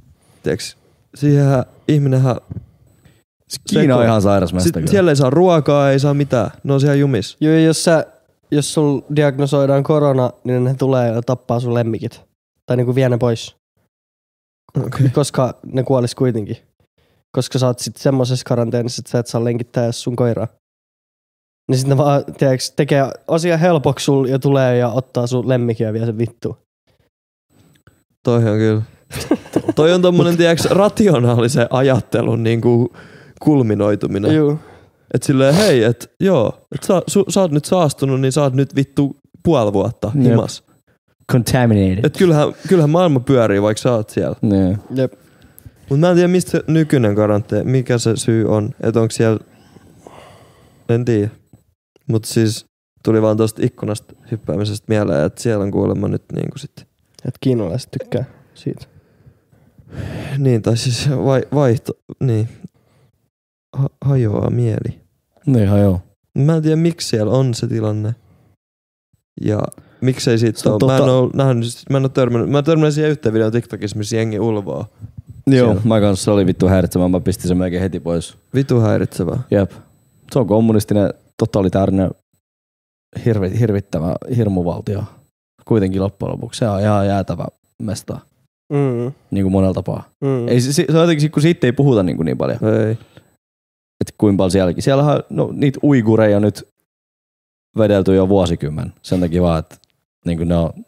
tiiäks, siihenhän ihminenhän... Kiina on ihan sairas mesta. Siellä ei saa ruokaa, ei saa mitään. Ne on siellä jumis. Joo, jos sul diagnosoidaan korona, niin ne tulee ja tappaa sun lemmikit. Tai niinku vie ne pois. Okay. Koska ne kuolis kuitenkin. Koska sä oot sit semmosessa karanteenissa, että sä et saa lenkittää sun koiraa. Niin sit ne vaan, tiiäks, tekee asia helpoksi sul ja tulee ja ottaa sun lemmikin ja vie sen vittuun. Toi on kyllä. Toi on tommonen, tiiäks, rationaalisen ajattelun niinku kulminoituminen. Juu. Et silleen, hei, et joo, et sä oot nyt saastunut, niin sä oot nyt vittu puoli vuotta himas. Contaminated. Et kyllähän maailma pyörii, vaikka sä oot siellä. Jep. Mut mä en tiedä, mistä se nykyinen karanteeni, mikä se syy on. Et onko siellä, en tiedä. Mut siis tuli vaan tosta ikkunasta hyppäämisestä mieleen, että siellä on kuulemma nyt niinku sit. Et kiinalaiset tykkää siitä. Niin, tai siis vaihto, niin. Hajoaa mieli. Niin hajoaa. Mä en tiedä, miksi siellä on se tilanne. Ja miksei siitä ole. Mä en oo törmännyt. Mä törmännyt siihen yhteen videon TikTokissa, missä jengi ulvoo. Joo, siellä. Mä kanssa se oli vittu häiritsevää. Mä pistin sen melkein heti pois. Vittu häiritsevää. Jep. Se on kommunistinen, totalitaarinen, hirvittävä hirmuvaltio. Kuitenkin loppujen lopuksi. Se on ihan jäätävä mesta. Niin kuin monella tapaa. Ei, se on jotenkin, kun siitä ei puhuta niin paljon. Ei. Että kuinka paljon sielläkin. Siellähän niitä uigureja nyt vedelty jo vuosikymmen. Sen takia vaan, että niin ne on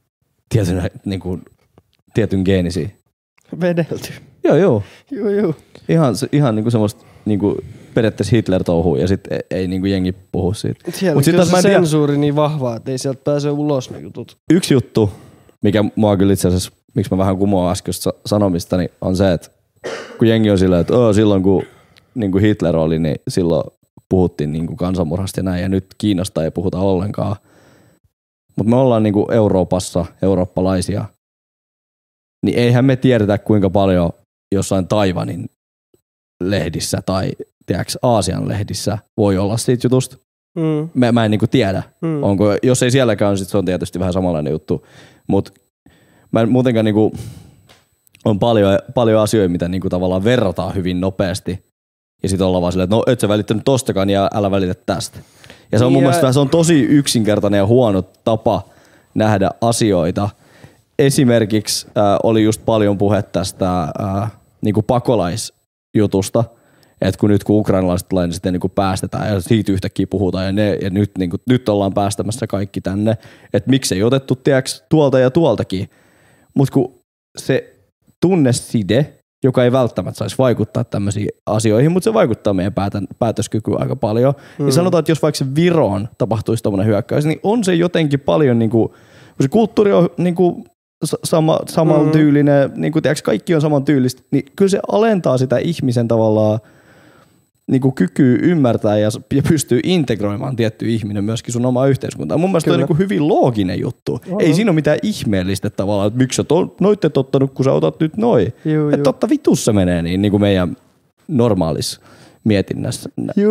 tietyn geenisiä. Vedelty. Joo. Joo. Ihan niinku semmoista niinku periaatteessa Hitler-touhuu ja sit ei niinku jengi puhu siitä. Siellä on se sensuuri niin vahvaa, että ei sieltä pääse ulos ne jutut. Yksi juttu, mikä mua kyllä itse asiassa, miksi mä vähän kumoan äskeistä sanomistani, on se, että kun jengi on silleen, että silloin kun niinku Hitler oli, niin silloin puhuttiin niinku kansanmurhasta ja näin, ja nyt Kiinasta ei puhuta ollenkaan. Mutta me ollaan niinku Euroopassa, eurooppalaisia, niin eihän me tiedetä kuinka paljon jossain Taiwanin lehdissä tai tiedätkö, Aasian lehdissä voi olla siitä jutusta. Mä en niinku tiedä. Onko, jos ei sielläkään, niin sit se on tietysti vähän samanlainen juttu. Mutta mä en muutenkaan niinku, on paljon asioita, mitä niinku tavallaan verrataan hyvin nopeasti. Ja sit ollaan vaan silleen, että no et sä välittänyt tostakaan ja älä välitä tästä. Ja se on mun mielestä se on tosi yksinkertainen ja huono tapa nähdä asioita. Esimerkiksi oli just paljon puhe tästä niinku pakolaisjutusta, että kun ukrainalaiset tulee, niin sitten niinku päästetään ja siitä yhtäkkiä puhutaan ja nyt ollaan päästämässä kaikki tänne. Että miksei otettu tiedäks tuolta ja tuoltakin. Mutta kun se tunneside, joka ei välttämättä saisi vaikuttaa tämmöisiin asioihin, mutta se vaikuttaa meidän päätöskykyyn aika paljon. Niin sanotaan, että jos vaikka se Viroon tapahtuisi tommoinen hyökkäys, niin on se jotenkin paljon, niinku, kun se kulttuuri on niinku saman tyylinen, niinku, tiedätkö, kaikki on saman tyylistä, niin kyllä se alentaa sitä ihmisen tavallaan niinku kykyä ymmärtää ja pystyy integroimaan tietty ihminen myöskin sun omaa yhteiskuntaa. Mun mielestä on niinku hyvin looginen juttu. Ei siinä ole mitään ihmeellistä tavallaan, että miksi sä noit et ottanut, kun sä otat nyt noin. Että totta vitussa menee niin kuin meidän normaalis mietinnässä.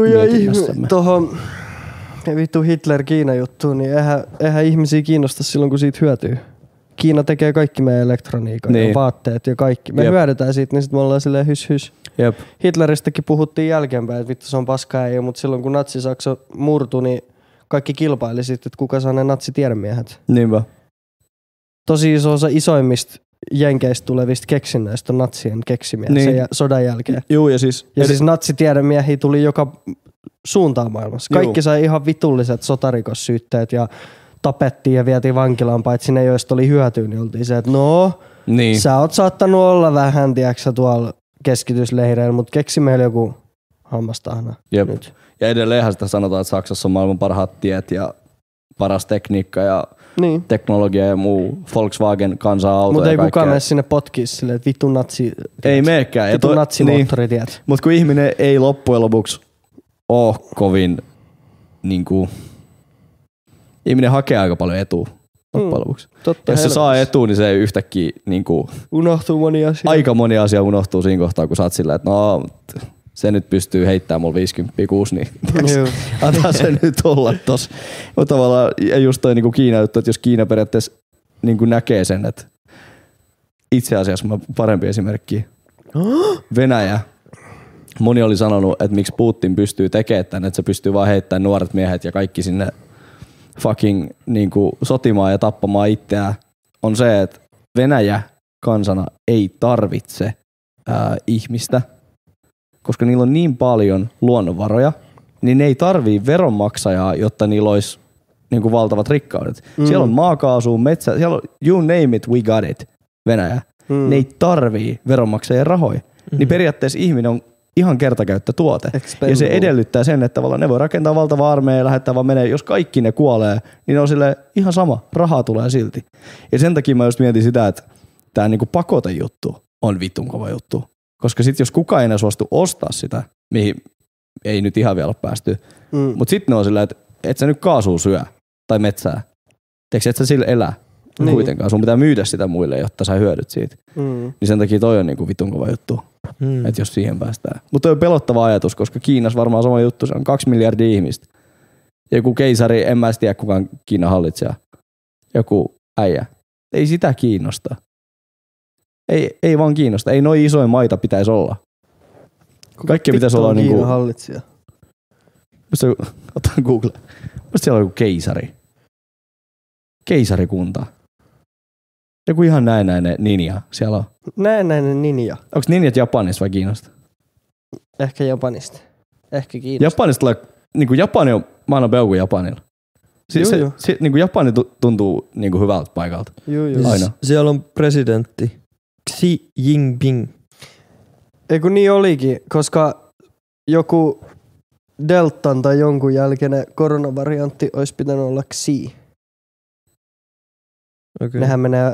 Tuohon vittu Hitler-Kiina juttuun, niin eihän ihmisiä kiinnosta silloin, kun siitä hyötyy. Kiina tekee kaikki meidän elektroniikan ja vaatteet ja kaikki. Me hyödytään siitä, niin sitten me ollaan silleen hys. Jep. Hitleristäkin puhuttiin jälkeenpäin, että vittu se on paskaa ei ole, mutta silloin kun Natsi-Saksa murtui, niin kaikki kilpaili sitten, että kuka saa ne natsitiedemiehet. Niinpä. Tosi iso osa isoimmista jenkeistä tulevista keksinnöistä on natsien keksimiä sen sodan jälkeen. Joo, ja siis natsitiedemiehiä tuli joka suuntaan maailmassa. Kaikki sai ihan vitulliset sotarikossyytteet ja tapettiin ja vietiin vankilaan, paitsi ne, joista oli hyötyä, niin oltiin se, että sä oot saattanut olla vähän, tiedätkö tuolla keskitysleireillä, mutta keksi meillä joku hammastahna. Jep. Nyt. Ja edelleenhän sitä sanotaan, että Saksassa on maailman parhaat tiet ja paras tekniikka ja teknologia ja muu. Volkswagen, kansa-auto mutta ja ei kukaan mene sinne potkisi silleen, että vittu natsi. Ei meekään. Vittu natsimoottoritiet. Mutta kun ihminen ei loppujen lopuksi ole kovin niinku, ihminen hakee aika paljon etua loppujen lopuksi. Totta, jos se saa etua, niin se ei yhtäkkiä niinku, unohtuu moni asia. Aika moni asia unohtuu siinä kohtaa, kun sä oot sillä, että se nyt pystyy heittämään mulle 50 kuusi, niin antaa se nyt olla tossa. Mutta tavallaan, ja just toi niinku Kiina juttu, että jos Kiina periaatteessa niinku näkee sen, että itse asiassa parempi esimerkki. Venäjä. Moni oli sanonut, että miksi Putin pystyy tekemään tämän, että se pystyy vaan heittämään nuoret miehet ja kaikki sinne fucking niin kuin sotimaan ja tappamaan itseään. On se, että Venäjä kansana ei tarvitse ihmistä, koska niillä on niin paljon luonnonvaroja, niin ne ei tarvii veronmaksajaa, jotta niillä olisi niin kuin valtavat rikkaudet. Siellä on maakaasua, metsä, siellä on you name it, we got it, Venäjä. Ne ei tarvii veronmaksajien rahoja. Niin periaatteessa ihminen on ihan kertakäyttötuote. Ja se edellyttää sen, että tavallaan ne voi rakentaa valtava armeija ja lähettää vaan menee. Jos kaikki ne kuolee, niin ne on silleen ihan sama. Rahaa tulee silti. Ja sen takia mä just mietin sitä, että tää niinku pakotejuttu on vitun kova juttu. Koska sit jos kukaan ei enää suostu ostaa sitä, mihin ei nyt ihan vielä ole päästy. Mutta sitten ne on silleen, että et sä nyt kaasua syö tai metsää. Teekö et sä sillä elää? Niin. Kuitenkaan. Sun pitää myydä sitä muille, jotta sä hyödyt siitä. Niin sen takia toi on niinku vitun kova juttu. Että jos siihen päästään. Mutta toi on pelottava ajatus, koska Kiinassa varmaan sama juttu. Se on 2 miljardia ihmistä. Joku keisari, en mä tiedä kukaan Kiinan hallitsija. Joku äijä. Ei sitä kiinnosta. Ei vaan kiinnosta. Ei noin isoja maita pitäisi olla. Kaikki pitäisi olla niinku... Kiinan hallitsija? Otan Google. Musta siellä on joku keisari. Keisarikunta. Joku ihan näennäinen ninja siellä on. Näennäinen ninja. Onko ninjat Japanista vai Kiinasta? Ehkä Japanista. Ehkä Kiinasta. Japanista tulee, niinku Japani on maailman peuku Japanilla. Niinku Japani tuntuu niinku hyvältä paikalta. Aina. Siellä on presidentti Xi Jinping. Ei kun niin olikin, koska joku Deltan tai jonkun jälkeinen koronavariantti olisi pitänyt olla Xi. Okay. Nehän menee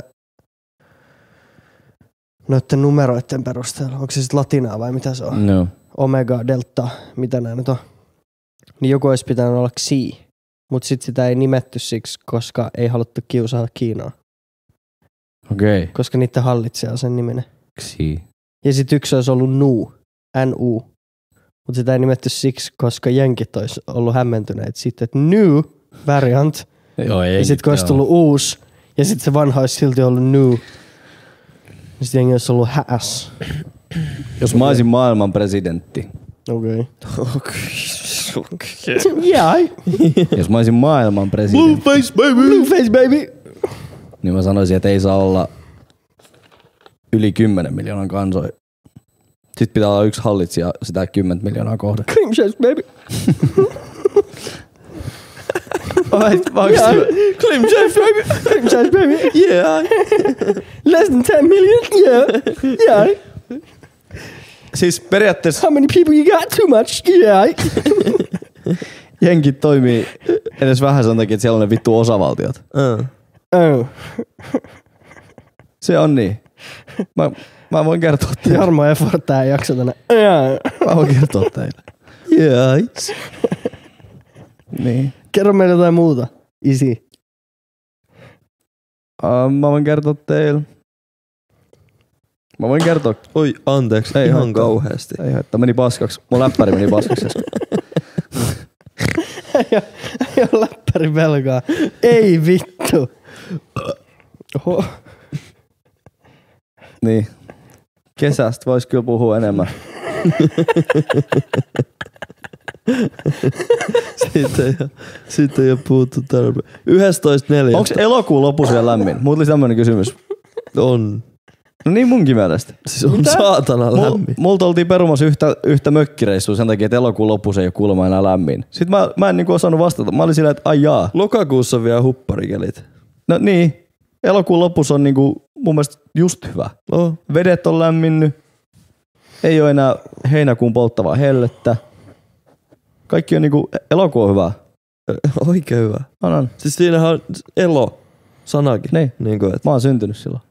noiden numeroiden perusteella. Onko se sitten latinaa vai mitä se on? No. Omega, delta, mitä nämä nyt on. Niin joku olisi pitänyt olla Xi. Mutta sitten sitä ei nimetty siksi, koska ei haluttu kiusata Kiinaa. Okei. Okay. Koska niiden hallitsija on sen nimenen. Xi. Ja sitten yksi olisi ollut Nu. N-U. Mutta sitä ei nimetty siksi, koska jenkit olisi ollut hämmentyneet sitten, että New variant. Joo, ja sitten kun olisi tullut uusi. Ja sitten se vanha olisi silti ollut New. Ja sitten jengi olisi ollut Häs. Jos mä olisin maailman presidentti. Okei. Jos mä olisin maailman presidentti. Blueface baby. Niin mä sanoisin, että ei saa olla yli 10 miljoonan kansoja. Sitten pitää olla yksi hallitsija sitä 10 miljoonaa kohden. Cream cheese baby. Cream cheese baby. Cream cheese baby. Yeah. Less than 10 million. Yeah. Siis periaatteessa... How many people you got? Too much. Yeah. Jenkit toimii edes vähän sen takia, että siellä on ne vittu osavaltiot. Se on niin. Mä voin kertoa teille. Jarmo effort tää jakso tänne. Mä voin kertoa teille. Yeah. Niin. Kerro meille jotain muuta. Isi. Mä voin kertoa teille. Mä voin kertoa. Oi, anteeksi. Ei ihan kauheasti. Ei haittaa. Meni paskaksi. Mun läppäri meni paskaksi. Ei ole läppäri velkaa. Ei vittu. Oho. Niin. Kesästä vois kyllä puhua enemmän. Siitä ei ole puhuttu tarpeen. 11.4. Onko elokuun lopussa vielä lämmin? Mulla oli tämmönen kysymys. On. No niin munkin mielestä. Siis on saatana lämmin. Multa oltiin perumassa yhtä mökkireissua sen takia, että elokuun lopussa ei ole kuulemma enää lämmin. Sitten mä en niinku osannut vastata. Mä olin sillä, että ai jaa. Lokakuussa on vielä hupparikelit. No niin. Elokuun lopussa on niinku mun mielestä just hyvä. Oh. Vedet on lämminnyt. Ei ole enää heinäkuun polttavaa hellettä. Kaikki on niinku, elokuu on hyvä. Oikein hyvä. On. Siis siinähän on elo-sanakin. Niin kuin, mä oon syntynyt silloin.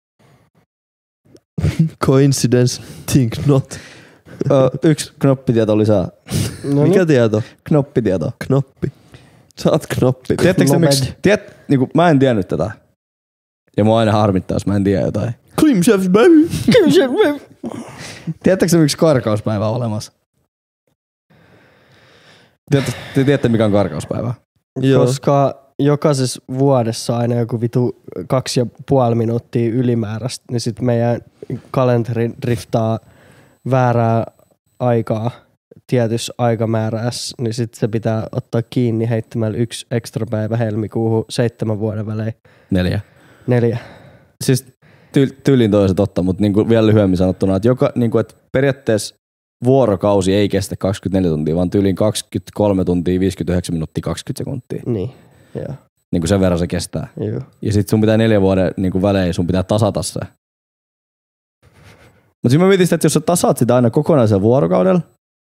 Coincidence, think not. Yksi knoppitieto lisää. Mikä tieto? Knoppitieto. Knoppi. Sä oot knoppi. Tiedättekö te miksi? Niinku, mä en tiennyt tätä. Ja mua aina harmittaa, jos mä en tiedä jotain. Cream chefs baby. Cream chefs baby. Tiedättekö miksi karkauspäivä on olemassa? Te tiedätte mikä on karkauspäivä? Joo. Koska jokaisessa vuodessa aina joku vitu 2,5 minuuttia ylimääräistä, niin sit meidän kalenteri driftaa väärää aikaa tietyssä aikamäärässä, niin sit se pitää ottaa kiinni heittämällä 1 ekstra päivä helmikuuhun 7 vuoden välein. 4. Siis tyylin toiset totta, mutta niinku vielä lyhyemmin sanottuna, että niinku, et periaatteessa vuorokausi ei kestä 24 tuntia, vaan tyyliin 23 tuntia, 59 minuuttia, 20 sekuntia. Niin, joo. Niinku sen verran se kestää. Joo. Ja sit sun pitää 4 vuoden niinku välein, sun pitää tasata se. Mutta siis mä mietin sitä, että jos sä tasaat sitä aina kokonaisella vuorokaudella,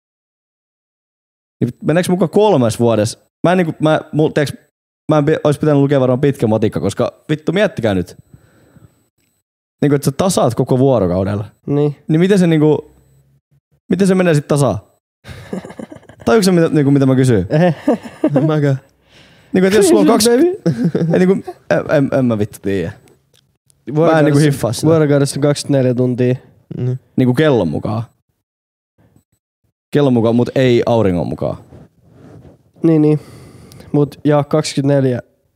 niin meneekö mukaan 3 vuodessa? Mä en ois pitänyt lukea varmaan pitkä matikka, koska vittu miettikää nyt. Niinku, että sä tasaat koko vuorokaudella. Niin miten se menee sit tasaan? Tajuuko sä mitä mä kysyn? En mäkään. Niinku, että jos sulla on 2... En mä vittu tiedä. Mä en niinku hiffaa sitä. Vuorokaudessa 24 tuntia. Niinku kellon mukaan. Kellon mukaan, mut ei auringon mukaan. Niin. Mut ja 24.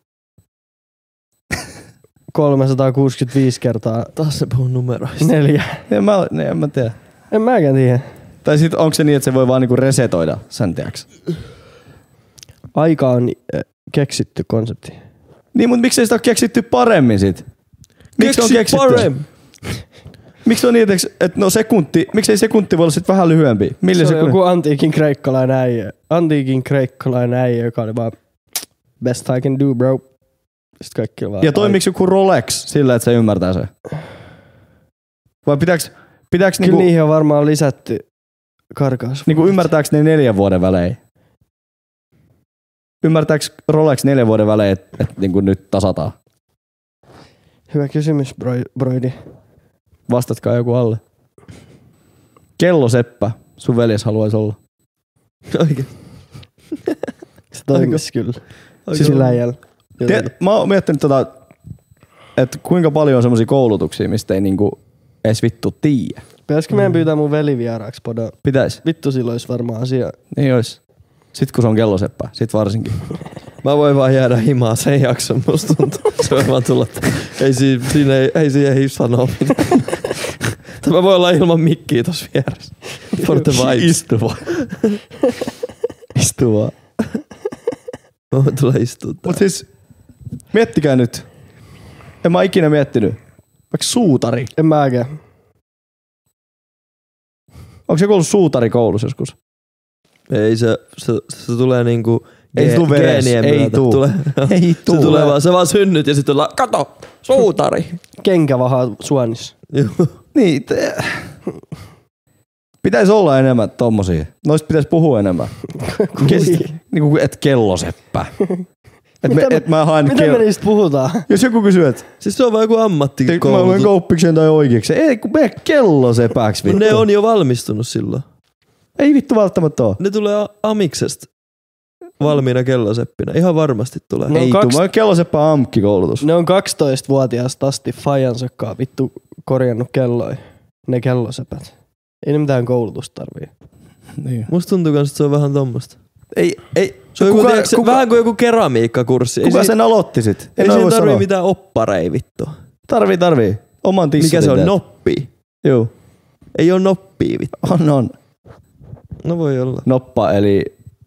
365 kertaa. Taas se puhuu numeroista. 4. En mä tiedä. En mäkään tiedä. Tai sit onko se niin, että se voi vaan niinku resetoida sen tiiäks? Aika on keksitty konsepti. Niin, mut miksei sitä ole keksitty paremmin sit? Miksi on keksitty? Miksi on niin, että no sekunti, miksei sekunti voi olla sit vähän lyhyempi? Se on joku antiikin kreikkalainen äijä, joka oli vaan best I can do, bro. Sitten kaikki vaan... Ja toimiks joku Rolex sillä, että se ymmärtää se? Vai pitääks kyllä niinku... niihin on varmaan lisätty karkaus. Niinku ymmärtääks ne 4 vuoden välein? Ymmärtääks Rolex 4 vuoden välein, että niinku nyt tasataan? Hyvä kysymys, broidi. Vastatkaa joku alle. Kelloseppä. Sun veljes haluaisi olla. Oikein. Se toimisi kyllä. Sillä äijällä. Mä oon miettinyt että kuinka paljon on semmosia koulutuksia, mistä ei niinku edes vittu tiiä. Pitäisikö meidän pyytää mun veli vieraaksi poda? Pitäis. Vittu sillä olisi varmaan asia. Niin ois. Sit kun se on kelloseppä. Sit varsinkin. Mä voin vaan jäädä himaa sen jakson, musta tuntuu. Se voi vaan tulla, ei siihen sanoa mitään. Mä voin olla ilman mikkiä tossa vieressä. For the vibes. Istu vaan. Mä voin tulla istua. Mut siis, miettikää nyt. En mä ikinä miettinyt. Vaikka suutari. En mäkään. Onko se ollut suutari koulussa joskus? Ei se tulee niinku ei se tule geenien ei myötä. Ei se tulee vaan, sä vaan synnyt ja sit ollaan, kato, suutari. Kenkä vahaa suonissa. Niin, pitäis olla enemmän tommosia. Noista pitäis puhua enemmän. Niinku, et kelloseppä. Mitä me niistä puhutaan? Jos joku kysyy, että... Siis se on vaan joku ammattikoulutus. Mä menen kouppikseen tai oikeikseen. Ei, kun mene kellosepäksi vittu. Ne on jo valmistunut silloin. Ei vittu välttämättä oo. Ne tulee amiksesta valmiina kelloseppinä. Ihan varmasti tulee. Ei tuu. Kelloseppä amkkikoulutus. Ne on 12-vuotiaasta asti faijansakkaa vittu korjannut kelloja. Ne kellosepät. Ei ne mitään koulutusta tarvii. Niin. Musta tuntuu kans, että se on vähän tommosta. Ei. Se on vähän kuin joku keramiikkakurssi. Kuka sen aloitti sit? Ei siinä tarvii mitään opparei vittu. Tarvii. Oman tissin. Mikä se on? Noppi? Joo. Ei oo noppia vittu. On. No voi olla. Noppa eli...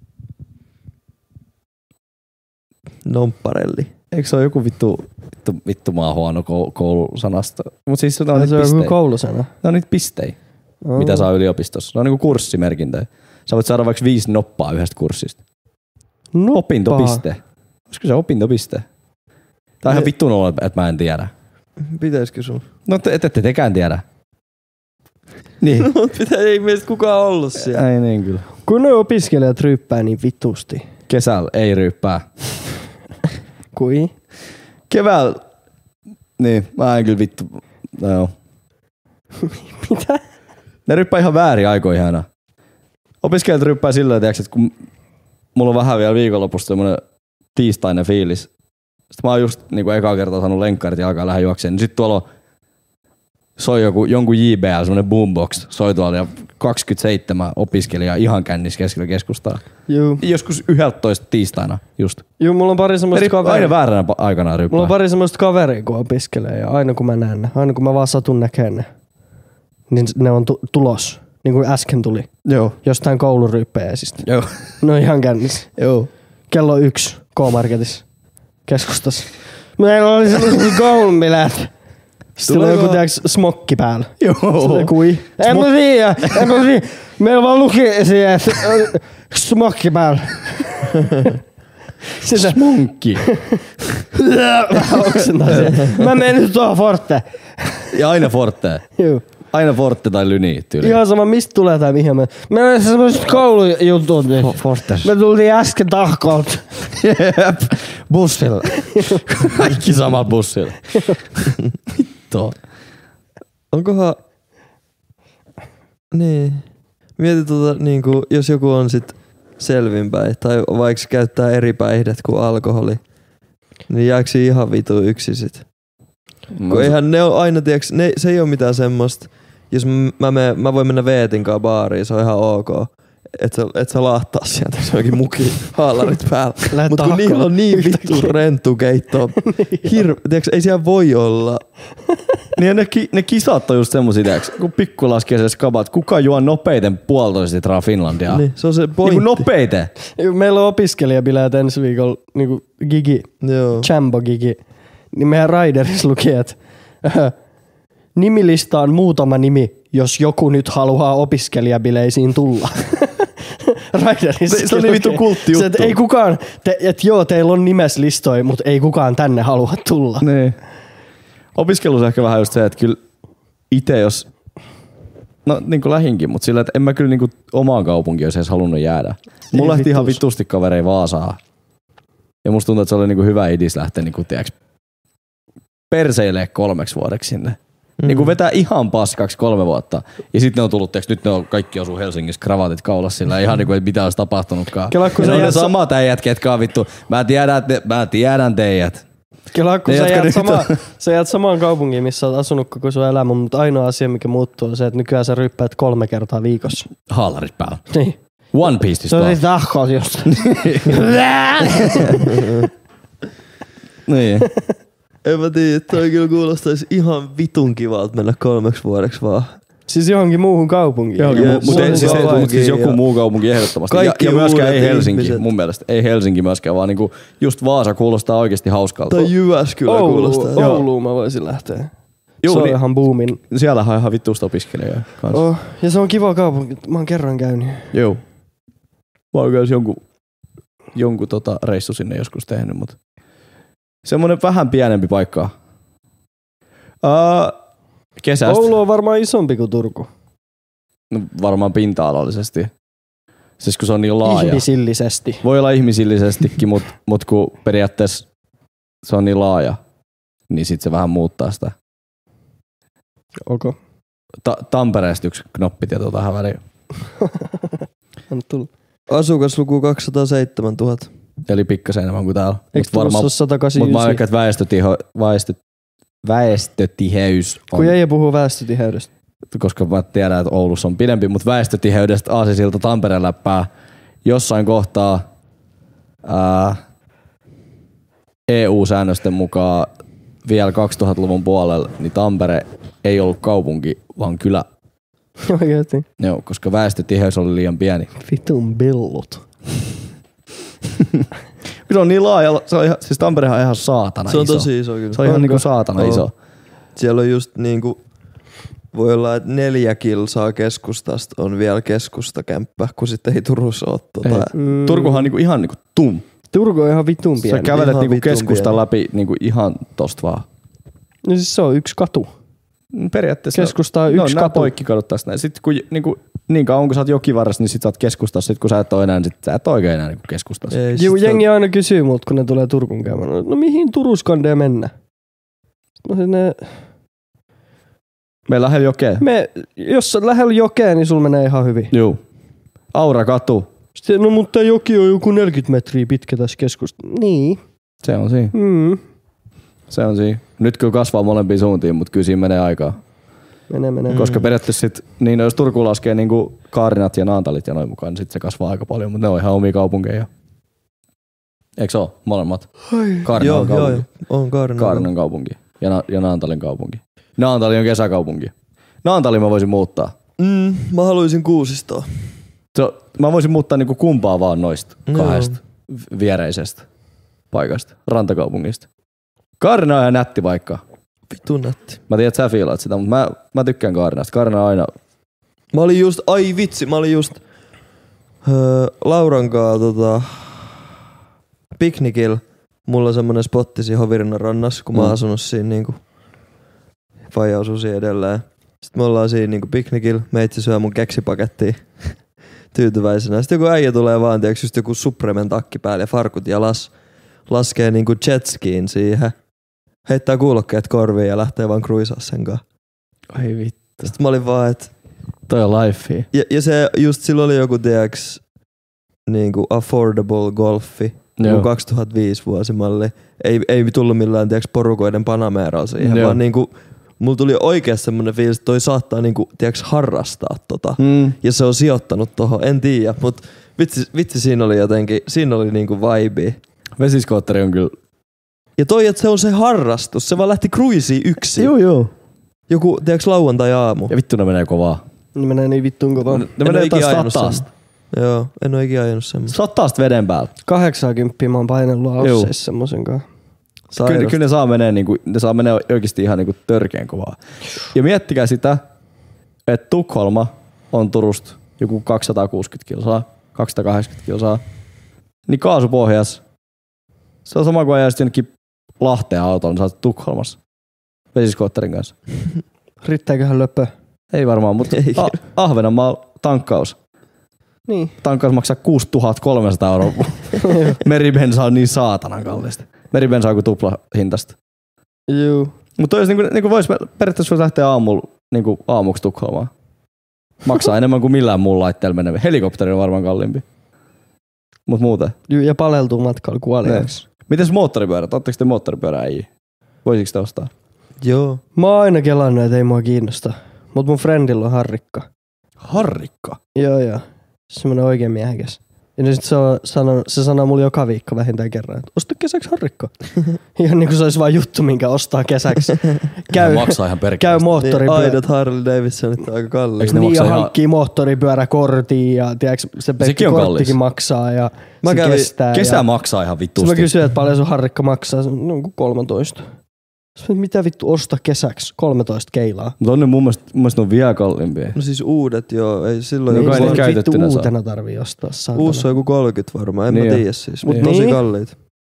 Nompparelli. Eikö se ole joku vittu mä oon huono koulusanasta? Mut siis se on niitä pistejä. Joku koulusana? Ne on niitä pistejä, mitä saa yliopistossa. Ne on niinku kurssimerkintöjä. Sä voit saada vaikka 5 noppaa yhdestä kurssista. Opintopiste. Olisiko se opintopiste? Tää on ihan vittuun olla, että mä en tiedä. Pitäisikö sun? No ette tekään tiedä. Niin. No, ei meistä kukaan ollut siellä. Ei niin kyllä. Kun ne opiskelijat ryyppää niin vitusti. Kesällä ei ryyppää. Kui? Keväällä. Niin, mä en kyllä vittu. No. Mitä? Ne ryyppää ihan väärin aikoihin aina. Opiskelijat ryyppää silleen, että kun mulla on vähän vielä viikonlopusta semmonen tiistainen fiilis. Sitten mä oon just niinku ekaa kertaa saanut lenkkarit ja alkaa lähden juokseen. Niin sit tuolla on soi jonkun JBL, semmonen boombox, soi tuolla ja 27 opiskelijaa ihan kännissä keskellä keskustaa. Juu. Joskus 11 tiistaina just. Juu, mulla on pari semmoista kaveria. Aina vääränä aikana ryppää. Mulla on pari semmoista kaveria, kun opiskelee ja aina kun mä näen ne, aina kun mä vaan satun näkemään ne, niin ne on tulos. Niin kuin äsken tuli. Joo. Jostain kouluryyppäjäisistä. Joo. No ihan kännissä. Joo. Kello 1 K-Marketissa keskustassa. Meillä oli sellaiset koulunbileet. Sillä on joku smokki päällä. Joo. Sillä kui. En mä tiedä. Meillä vaan luki siihen, että smokki päällä. Smonkki. Mä menen nyt tuohon Forte. Ja aina Forte. Joo. Aina Forte tai Lyni tyyli. Ihan sama, mistä tulee tai mihin. Meillä on semmoiset koulujutut nyt. Fortes. Me tultiin äsken tahkolta. Jep. Bussilla. Kaikki samalla bussilla. Vittu. Onkohan... Niin. Mieti niinku, jos joku on sit selvinpäin, tai vaikka käyttää eri päihdet kuin alkoholi, niin jääkö ihan vitu yksi sit? Kun eihän ne on aina, tiiäks, se ei oo mitään semmoista, jos mä voin mennä Veetinkaan baariin, se on ihan ok. Et sä laahtaa sieltä, se onkin muki haalarit päällä. Mut kun niillä on niin vittu renttukeittoa. Tiiäks, ei siellä voi olla. Niin ne kisat on just semmosia, tiiäks, kun pikku laskee se skabat, kuka juo nopeiten 1,5 litraa Finlandia. Niin, se on se pointti. Niinku nopeiten. Meillä on opiskelijabileet ensi viikolla niinku gigi, Chambo gigi. Niin meidän Raiderissa luki, että nimilistaan muutama nimi, jos joku nyt haluaa opiskelijabileisiin tulla. Raiderissa se on niin vittu kultti juttu. Että ei kukaan, joo teillä on nimeslistoja, mutta ei kukaan tänne halua tulla. Niin. Opiskelussa ehkä vähän just se, että kyllä ite jos, no niinku lähinkin, mutta sillä, että en mä kyllä niinku omaan kaupunkiin olisi edes halunnut jäädä. Mulla lähti ihan vitusti kaverei Vaasaan. Ja musta tuntuu, että se oli niinku hyvä idis lähteä niinku, tiiäks, perseilee 3 vuodeksi sinne. Niinku vetää ihan paskaksi 3 vuotta. Ja sitten ne on tullut, nyt ne on kaikki osuu Helsingissä kravatit kaulassa sillä. Ihan niinku, että mitä olisi tapahtunutkaan. Ne on ne samat äijät, ketkä on vittu. Mä tiedän teijät. Kyllä, kun sä jäät samaan kaupunkiin, missä olet asunut koko sun elämä, mutta ainoa asia, mikä muuttuu, on se, että nykyään sä ryppäät 3 kertaa viikossa. Haalarit päällä. Niin. One Piece se on siis tahkoos jostain. Niin. En mä tiedä, toi kyllä kuulostaisi ihan vitun kivalta mennä 3 vuodeksi vaan. Siis johonkin muuhun kaupunkiin. Siis joku muu kaupunki ehdottomasti. Ja myöskään ei Helsinki, ihmiset. Mun mielestä. Ei Helsinki myöskään, vaan niinku just Vaasa kuulostaa oikeesti hauskalta. Tai Jyväskylä kuulostaa. Ouluun mä voisin lähteä. Se on ihan boomin. Siellä on ihan vittuista opiskelijaa kanssa. Oh, ja se on kiva kaupunki. Mä oon kerran käynyt. Joo. Mä oon myös jonkun reissu sinne joskus tehnyt, mutta semmonen vähän pienempi paikka. Kesästä. Oulu on varmaan isompi kuin Turku. No, varmaan pinta-alallisesti. Siis kun se on niin laaja. Ihmisillisesti. Voi olla ihmisillisestikin, mutta kun periaatteessa se on niin laaja, niin sit se vähän muuttaa sitä. Okay. Tampereesta yksi knoppitieto tähän väliin. On tullut. Asukasluku 207 000. Eli pikkasen enemmän kuin täällä. Eikö tuossa ole 189? Mutta mä ajattelin, että väestötiheys on... Kun jäi puhuu väestötiheydestä. Koska mä tiedän, että Oulussa on pidempi, mutta väestötiheydestä Aasisilta Tampereen läppää jossain kohtaa EU-säännösten mukaan vielä 2000-luvun puolella, niin Tampere ei ollut kaupunki, vaan kylä. Oikeesti? Joo, koska väestötiheys oli liian pieni. Vitun billut. Se on niin laaja, siis Tamperehan on ihan saatana iso. Se on tosi iso kyllä. Se on ihan niinku saatana iso. Siellä on just niinku, voi olla, että 4 kilsaa keskustasta on vielä keskustakämppä, kun sitten ei Turussa ole Turkuhan on niinku ihan niinku tum. Turku on ihan vitun pieni. Sä kävelet niinku keskustan läpi niinku ihan tosta vaan. No siis se on yksi katu. Periaatteessa. Keskusta on yksi katu. Poikkikadut tästä näin. Sitten kun niin kauan kun sä oot Jokivarressa, niin sit sä oot keskustassa. Sitten kun sä et ole enää, niin sit sä et oikein enää niinku keskustassa. Jengi aina kysyy mut, kun ne tulee Turkuun käymään. No mihin Turuskandeen mennä? No sinne... Me lähellä jokea. Jos sä lähellä jokea, niin sulla menee ihan hyvin. Juu. Aurakatu. Sitten, no mutta joki on joku 40 metriä pitkä tässä keskustassa. Niin. Se on siinä. Se on siinä. Nyt kyllä kasvaa molempiin suuntiin, mutta kyllä siinä menee aikaa. Menee. Koska periaatteessa sit, niin jos Turku laskee niinku Kaarinat ja Naantalit ja noin mukaan, niin sit se kasvaa aika paljon, mutta ne on ihan omia kaupunkeja. Eikö se ole? Molemmat? Kaarina on kaupunki. Joo, on Kaarinan kaupunki ja Naantalin kaupunki. Naantali on kesäkaupunki. Naantali mä voisin muuttaa. Mä haluaisin Kuusistoa. Mä voisin muuttaa niinku kumpaa vaan noista kahdesta viereisestä paikasta, rantakaupungista. Kaarina on ihan nätti paikka. Vittu nätti. Mä tiedän, että sä fiilaat sitä, mutta mä tykkään Kaarinasta. Kaarina on aina... Mä olin just Lauran kanssa piknikillä. Mulla on semmonen spotti siinä Hovirinnan rannassa, kun mä oon asunut siinä niinku faija asuu siinä edelleen. Sitten me ollaan siinä niinku piknikillä, meitsi syö mun keksipakettia tyytyväisenä. Sitten joku äijä tulee vaan, tiiäks, just joku Supremen takki päälle ja farkut ja laskee niinku jetskiin siihen. Heittää kuulokkeet korviin ja lähtee vaan cruisaa sen kanssa. Ai vittu. Sitten mä olin vaan, että... Toi on lifea. Ja se just silloin oli joku, tiiäks, niinku affordable golfi. Joku 2005 vuosimalli. Ei tullut millään, tiiäks, porukoiden Panameralla siihen, vaan niinku... Mulla tuli oikeasti semmonen fiilis, että toi saattaa niinku, tiiäks, harrastaa tota. Ja se on sijoittanut tohon, en tiedä, mut vitsi siinä oli jotenkin, siinä oli niinku vibe. Vesiskootteri on kyllä... Ja toi, että se on se harrastus, se vaan lähti cruisiin yksin. Joo. Joku, tiiäks, lauantai-aamu. Ja vittu ne menee kovaa. Ne menee niin vittuun kovaa. Ne menee jotain sataasta. Joo, en oo ikinä ajanut semmoista. Sataasta veden päällä. 80 mä oon painellut ausseissa semmosen kanssa. Kyllä ne saa menee niinku, ne saa menee oikeesti ihan niinku törkeän kovaa. Ja miettikää sitä, että Tukholma on Turusta joku 260 kilsaa, 280 kilsaa. Niin kaasupohjas, se on sama kuin ajaa jonnekin Lahteen autoon, niin sä oot Tukholmassa vesiskootterin kanssa. Riittääköhän löpö? Ei varmaan, mutta Ahvenanmaa tankkaus. Niin. Tankkaus maksaa 6300 €. Meribensa on niin saatanan kallista. Meribensa on kuin tupla hintasta. Juu. Mutta jos niinku periaatteessa vois lähteä aamuksi Tukholmaan. Maksaa enemmän kuin millään muulla laitteella menevä. Helikopteri on varmaan kalliimpi. Mut muuten. Juu, ja paleltuu matkalla kuoliaaksi. Mites moottoripyörät? Ootteko te moottoripyöräjiä? Voisiko te ostaa? Joo. Mä oon aina kelannut, että ei mua kiinnosta. Mut mun friendillä on harrikka. Harrikka? Joo. Semmonen oikein miehekäs. Ja nyt se sanoo mulle joka viikko vähintään kerran, että osta kesäksi harrikko. Ihan niinku se olisi vain juttu, minkä ostaa kesäksi. Maksaa ihan käy moottoripyörä. Aidot Harley Davidsonit on aika kalliit. Niin ja hankkii moottoripyöräkortin ja tiiäks, se pelkkä korttikin maksaa ja se kestää. Kesä maksaa ihan vittusti. Mä kysyin, että paljon sun harrikka maksaa. No 13. Mitä vittu osta kesäksi? 13 keilaa. Mutta on ne mun mielestä on vielä kalliimpia. No siis uudet joo. Ei silloin niin, jokainen käytettynä vittu uutena tarvii ostaa. Saatana. Uusi on joku 30 varmaan. En mä tiedä siis. Mutta tosi kalliit.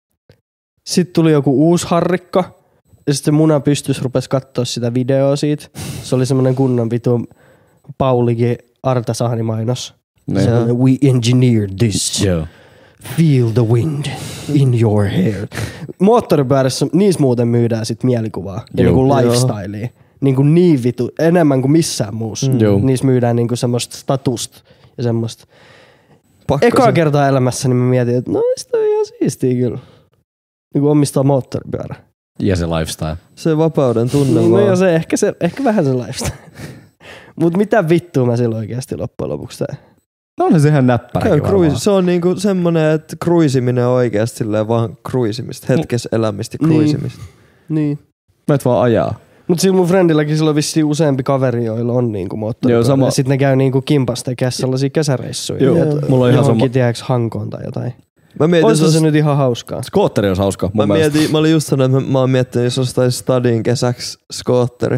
Sitten tuli joku uusi harrikka. Ja sitten se muna pystys rupesi katsoa sitä videoa siitä. Se oli semmonen kunnon vitu Paulikin Artasaani-mainos. Se on, we engineered this. Joo. Feel the wind in your hair. Moottoripyörässä, niissä muuten myydään sit mielikuvaa ja niinku lifestylea. Niinku niin vitu, enemmän kuin missään muussa. Niissä myydään niinku semmoista statusta ja semmoista. Ekaa kertaa elämässäni mä mietin, että no sitä on ihan siistiä kyllä. Niinku omistaa moottoripyörä. Ja se lifestyle. Se vapauden tunne niin, vaan. No ja se, ehkä vähän se lifestyle. Mut mitä vittua mä silloin oikeasti loppujen lopuksi teen? No on se ihan näppäräkin varmaan. Se on niinku semmonen, että cruisiminen on oikeasti silleen vaan cruisimista. Hetkessä elämistä ja cruisimista. Niin. Mä et vaan ajaa. Mut sillä mun friendilläkin sillä on vissiin useampi kaveri, joilla on niinku moottoripyörä. Sama. Ja sit ne käy niinku kimpas tekee sellaisia kesäreissuja. Joo, mulla on ihan sama. Johonkin tiedäks Hankoon tai jotain. Ois se nyt ihan hauskaa. Skootteri olisi hauska. Mä olin just sanonut, että mä oon miettinyt, jos ostais stadin kesäksi skootteri.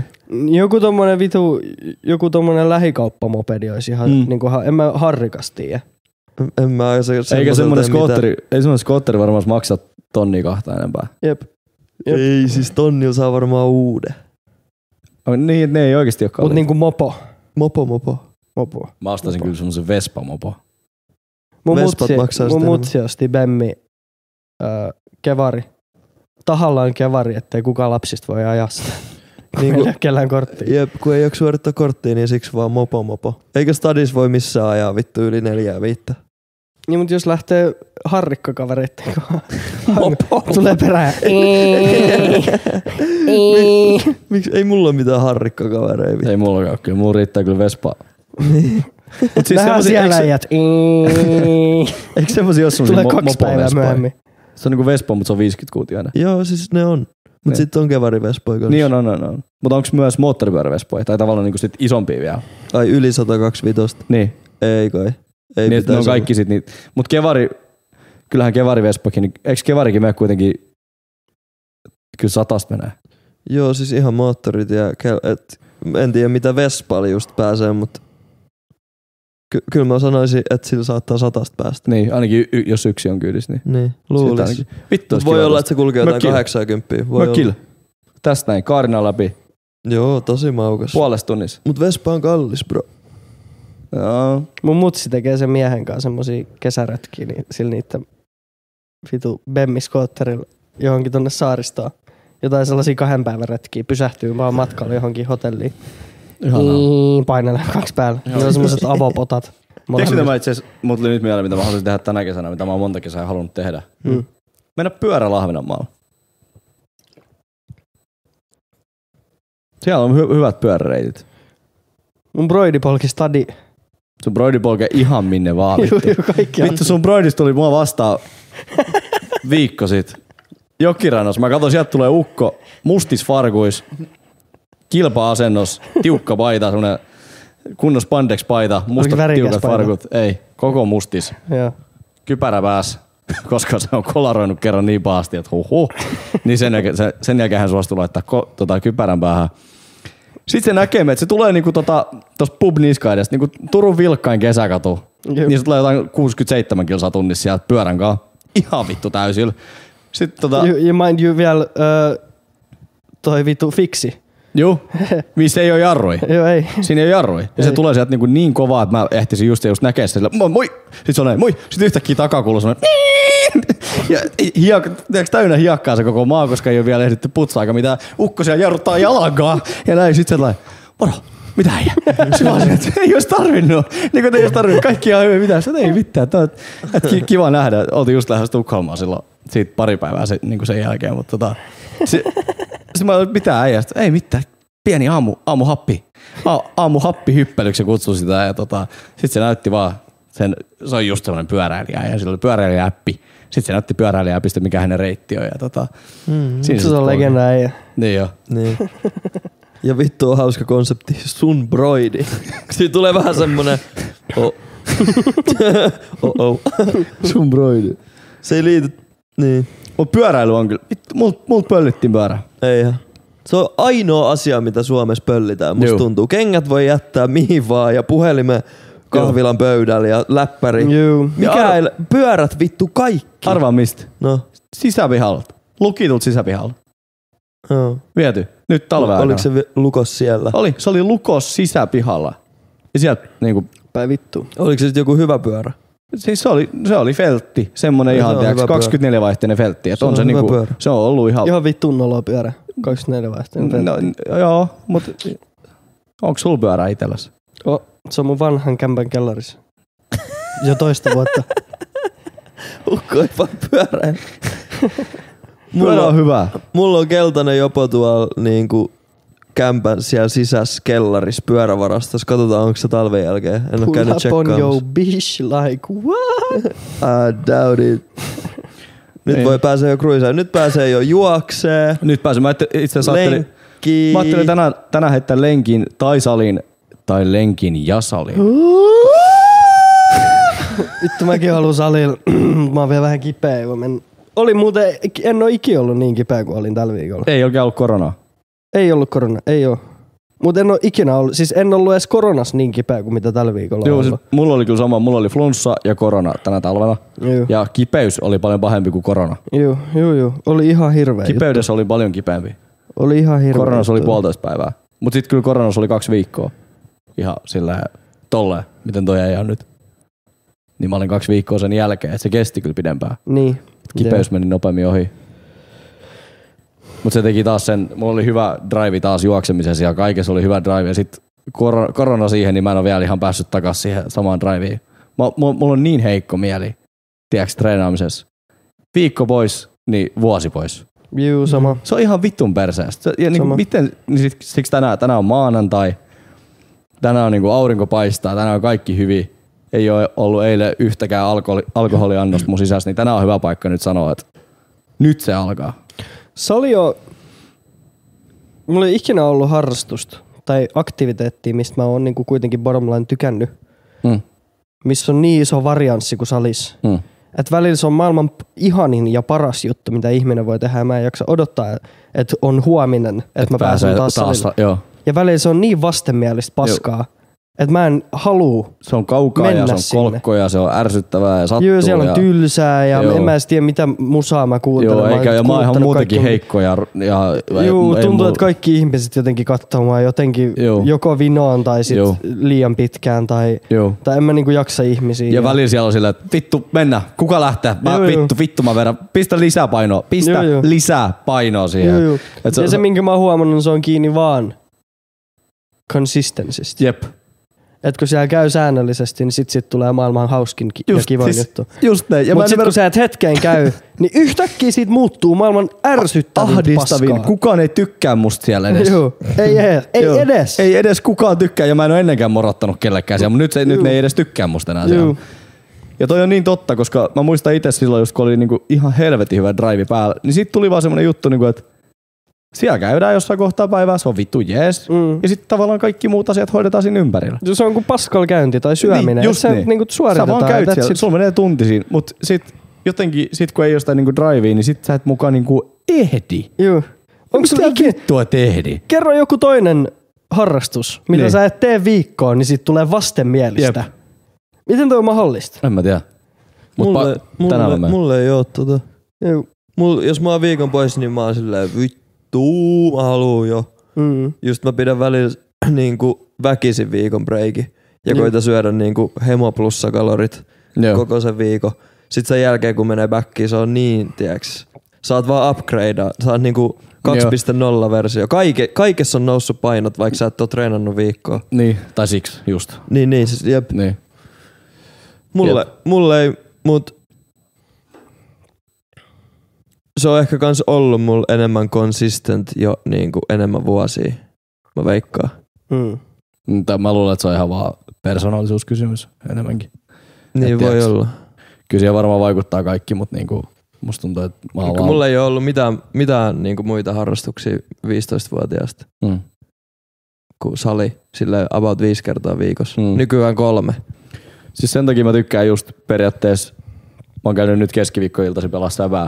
Joku tommonen lähikauppamopedi olisi ihan niinku, en mä harrikas tiedä. En mä eikä semmonen skootteri varmaan maksaa 1,2 € enempää. Jep. Ei siis tonnilla saa varmaan uuden. Niin, että ne ei oikeesti oo kalliita. Mut niinku mopo. Mopo. Mä ostaisin kyllä semmosen Vespa-mopo. Mun mutsi osti Bemmi kevari. Tahallaan kevari, ettei kukaan lapsista voi ajaa sitä. Niin kuin kellään korttia. Jep, kun ei jaksa suorittaa korttia, niin siksi vaan mopo. Eikä stadis voi missään ajaa vittu yli 4-5. Niin, mutta jos lähtee harrikkakavereitten kohdalla, tulee perään. Miksi ei mulla ole mitään harrikkakavereita? Ei mullakaan, kyllä mulla riittää kyllä Vespaa. Niin. Mut siis vähän siellä äijät. Eikö semmosia ole semmosia tulee 2 päivää myöhemmin. Se on niinku Vespa, mutta se on 50-kuutiainen. Joo, siis ne on. Mut sit on kevarivespoja kanssa. Niin on. Mutta onks myös moottoripyörävespoja? Tai tavallaan niinku sit isompia vielä? Ai yli 125. Niin. Ei kai. Ei niin, ne on kaikki sit niitä. Mut kyllähän kevarivespakin, niin eikö kevarikin mene kuitenkin kyllä 100 menee? Joo, siis ihan moottorit ja en tiedä mitä Vespalla just pääsee, mutta kyllä mä sanoisin, että sillä saattaa 100 päästä. Niin, ainakin jos yksi on kyydissä. Niin, luulis. Vittu, voi olla, että se kulkee jotain 80. Mökillä. Tästä näin, Kaarina läpi. Joo, tosi maukas. Puolesta tunnissa. Mut Vespa on kallis, bro. Joo. Mun mutsi tekee sen miehen kanssa semmosia kesäretkiä, niin sillä niitten vitu bemmiskootterilla johonkin tonne saaristoon. Jotain sellaisia 2 päivän retkiä. Pysähtyy vaan matkalla johonkin hotelliin. Painelee 2 päällä. Ne on semmoset avopotat. Tiedätkö mitä mä itse asiassa, mut tuli nyt mieleen, mitä mä haluaisin tehdä tänä kesänä, mitä mä oon monta kesää halunnut tehdä. Mennä pyörällä Ahvenanmaalla. Siellä on hyvät pyöräreitit. Mun broidi polki stadi. Sun broidi polkee ihan minne vaan. Vittu sun broidista tuli mua vastaan viikko sit. Jokirannos. Mä katsoin, sieltä tulee ukko mustis farkuis, kilpa-asennos, tiukka paita, semmonen kunnos spandex-paita, mustat tiukat farkut. Ei, koko mustis. Joo. Kypärä pääs, koska se on kolaroinut kerran niin pahasti, että niin sen jälkeen hän suostui laittaa kypärän päähän. Sitten se näkee, että se tulee niinku tossa pub-niskaidesta, niinku Turun vilkkain kesäkatu. Niin se tulee jotain 67 kilsaa tunnissa sieltä pyörän kanssa. Ihan vittu täysillä. Sitten ja mind you vielä toi vittu fiksi. Juu, missä ei oo jarrui. Joo, ei. Siinä ei oo jarrui. Ja se tulee sieltä niin kovaa, että mä ehtisin just näkee sitä moi! Sitten se on näin, moi! Sitten yhtäkkiä takakuuluu semmoinen ja täynnä hiekkaa se koko maa, koska ei ole vielä ehditty putsaakaan mitään. Ukko siellä jarruttaa jalankaan. Ja näin sit sellainen, moro! Mitä äijä? Se vaan että ei olisi tarvinnut. Niin kuin ei olisi tarvinnut. Kaikki ihan hyvin mitään. Sitä ei mitään. Kiva nähdä. Oltiin just lähdössä Tukholmaan silloin. Siitä pari päivää niin sen jälkeen. Mutta sitten mä olin, mitä äijä? Ei mitään. Pieni aamuhappi. Aamuhappihyppelyksi kutsui sitä. Ja sitten se näytti vaan. Se on just semmoinen pyöräilijä. Ja sillä oli pyöräilijä-appi. Sitten se näytti pyöräilijä-appista, mikä hänen reitti on. Ja se on legenda äijä. Niin jo. Niin. Ja vittu on hauska konsepti, sun broidi. Siinä tulee vähän semmonen sun broidi. Se ei liity, niin. Mut pyöräily on kyllä, mult pöllittiin pyörä. Eihän. Se on ainoa asia, mitä Suomessa pöllitään, musta tuntuu. Kengät voi jättää mihin vaan ja puhelimen kahvilan pöydällä ja läppäri. Pyörät vittu kaikki. Arvaa mistä? No. Sisäpihalla. Lukitult sisäpihalla. Joo. Viety. Nyt talven aikana. Oliko se lukos siellä? Oli. Se oli lukos sisäpihalla. Ja sieltä niinku... Päin vittu. Oliko se sitten joku hyvä pyörä? Siis se oli feltti. Semmonen ihan 24-vaihteinen feltti. Et on se niinku... Pyörä. Se on ollut ihan... Ihan vittuun noloa pyörä. 24-vaihteinen feltti. No, joo, mut... Onks sul pyörää itelläs? Se on mun vanhan kämpän kellarissa. Jo 2 vuotta. Ukko ei vaan pyöräillä. Mulla on hyvä. Mulla on keltainen jopo tuolla niinku kämpän siellä sisässä kellarissa pyörävarastossa. Katsotaan onko se talven jälkeen. En oo käynyt tsekkaamassa. Pull up on your bitch like what? I doubt it. Nyt voi pääsee jo cruiseen. Nyt pääsee jo juokseen. Nyt pääsee. Mä itse asiassa ajattelin tänään heittää lenkin tai salin tai lenkin ja salin. Vittu mäkin haluun salilla. Mä oon vielä vähän kipeä. Oli muuten, en oo ikinä ollut niin kipeä kuin olin tällä viikolla. Ei oikein ollut koronaa. Ei ollut korona, ei oo. Mut en oo ikinä ollut, siis en ollut edes koronas niin kipeä kuin mitä tällä viikolla on ollut. Siis mulla oli kyllä sama, mulla oli flunssa ja korona tänä talvena. Juu. Ja kipeys oli paljon pahempi kuin korona. Joo. Oli ihan hirveä Kipeydessä oli paljon kipeämpi. Oli ihan hirveä. Koronassa oli 1,5 päivää. Mut sit kyllä koronassa oli 2 viikkoa. Ihan sillä tolleen, miten toi ei nyt. Niin mä olin 2 viikkoa sen jälkeen, että se kesti kyllä pidempään. Niin. Kipeys meni nopeammin ohi. Mut se teki taas sen, mulla oli hyvä drive taas juoksemisessa ja kaikessa oli hyvä drive. Ja sit korona siihen, niin mä en ole vielä ihan päässyt takas siihen samaan driveen. Mä Mulla on niin heikko mieli, tiedätkö, treenaamisessa. Viikko pois, niin vuosi pois. Juu, sama. Se on ihan vittun perseestä. Ja niin miten, niin siksi tänään on maanantai, tänään on niin kuin aurinko paistaa, tänään on kaikki hyvin. Ei ole ollut eilen yhtäkään alkoholiannosta mun sisässä, niin tänään on hyvä paikka nyt sanoa, että nyt se alkaa. Mulla ei ikinä ollut harrastusta tai aktiviteettia, mistä mä oon niinku kuitenkin bottom line tykännyt. Missä on niin iso varianssi kuin salis. Et välillä se on maailman ihanin ja paras juttu, mitä ihminen voi tehdä. Mä en jaksa odottaa, että on huominen, että mä pääsen taas salille. Ja välillä se on niin vastenmielistä paskaa, että mä en halua se on kaukaa ja se on sinne. Kolkkoja, se on ärsyttävää ja sattuu. Joo, siellä on tylsää ja en mä edes tiedä mitä musaa mä kuuntelen. Joo, ja mä oon ihan muutenkin heikko. Joo, tuntuu, että kaikki ihmiset jotenkin katsoo mua jotenkin joko vinoon tai sit liian pitkään tai en mä niinku jaksa ihmisiä. Ja välillä siellä on silleen, että vittu mennä, kuka lähtee? Vittu mä vedän, pistä lisää painoa, lisää painoa siihen. Joo. Ja se minkä mä oon huomannut, se on kiinni vaan consistencystä. Jep. Et kun siellä käy säännöllisesti, niin sit tulee maailman hauskin ja kivoin juttu. Just näin. Mutta sit kun sä et hetkeen käy, niin yhtäkkiä siitä muuttuu maailman ärsyttävin paskaa. Kukaan ei tykkää musta siellä edes. Joo. Ei edes. Ei edes kukaan tykkää ja mä en ole ennenkään morottanut kellekään siellä, mutta nyt ne ei edes tykkää musta enää siellä. Ja toi on niin totta, koska mä muistan itse silloin just kun oli niinku ihan helvetin hyvä drive päällä, niin sit tuli vaan semmonen juttu niinku, että siellä käydään jossain kohtaa päivää, se on vittu jees. Ja sitten tavallaan kaikki muut asiat hoidetaan siinä ympärillä. Se on kuin paskalla käynti tai syöminen. Niin, just niin. Niinku suoritetaan. Sä vaan käyt siellä, sulla menee tunti siinä. Mut sit jotenkin, kun ei ole sitä niinku drivea, niin sit sä et mukaan niinku ehdi. Joo. Onko sulla vittua ehdi? Kerro joku toinen harrastus, mitä sä et tee viikkoon, niin sit tulee vastenmielistä. Jep. Miten toi on mahdollista? En mä tiedä. Mulle ei oo tota. Jos mä oon viikon pois, niin mä oon silleen mä haluun jo. Just mä pidän välillä niinku väkisin viikon breiki. Ja koitan syödä niinku hemoplussakalorit koko sen viikon. Sitten sen jälkeen kun menee backiin, se on niin, tiiäks. Saat vaan upgradea. Saat niinku 2.0 versio. Kaikessa on noussut painot, vaikka sä et oo treenannut viikkoa. Niin, tai siksi just. Niin, siis jep. Niin. Mulle ei, mut se on ehkä kans ollut mulla enemmän consistent jo niinku enemmän vuosia. Mä veikkaan. Mä luulen, että se on ihan vaan persoonallisuuskysymys enemmänkin. Niin voi olla. Kyllä siihen varmaan vaikuttaa kaikki, mutta niinku musta tuntuu, että mä oon mulla ei ole ollut mitään niinku muita harrastuksia 15-vuotiaasta. Kuin sali. Silleen about 5 kertaa viikossa. Nykyään 3. Siis sen takia mä tykkään just periaatteessa, mä oon käynyt nyt keskiviikkoiltaisin pelaa sävää.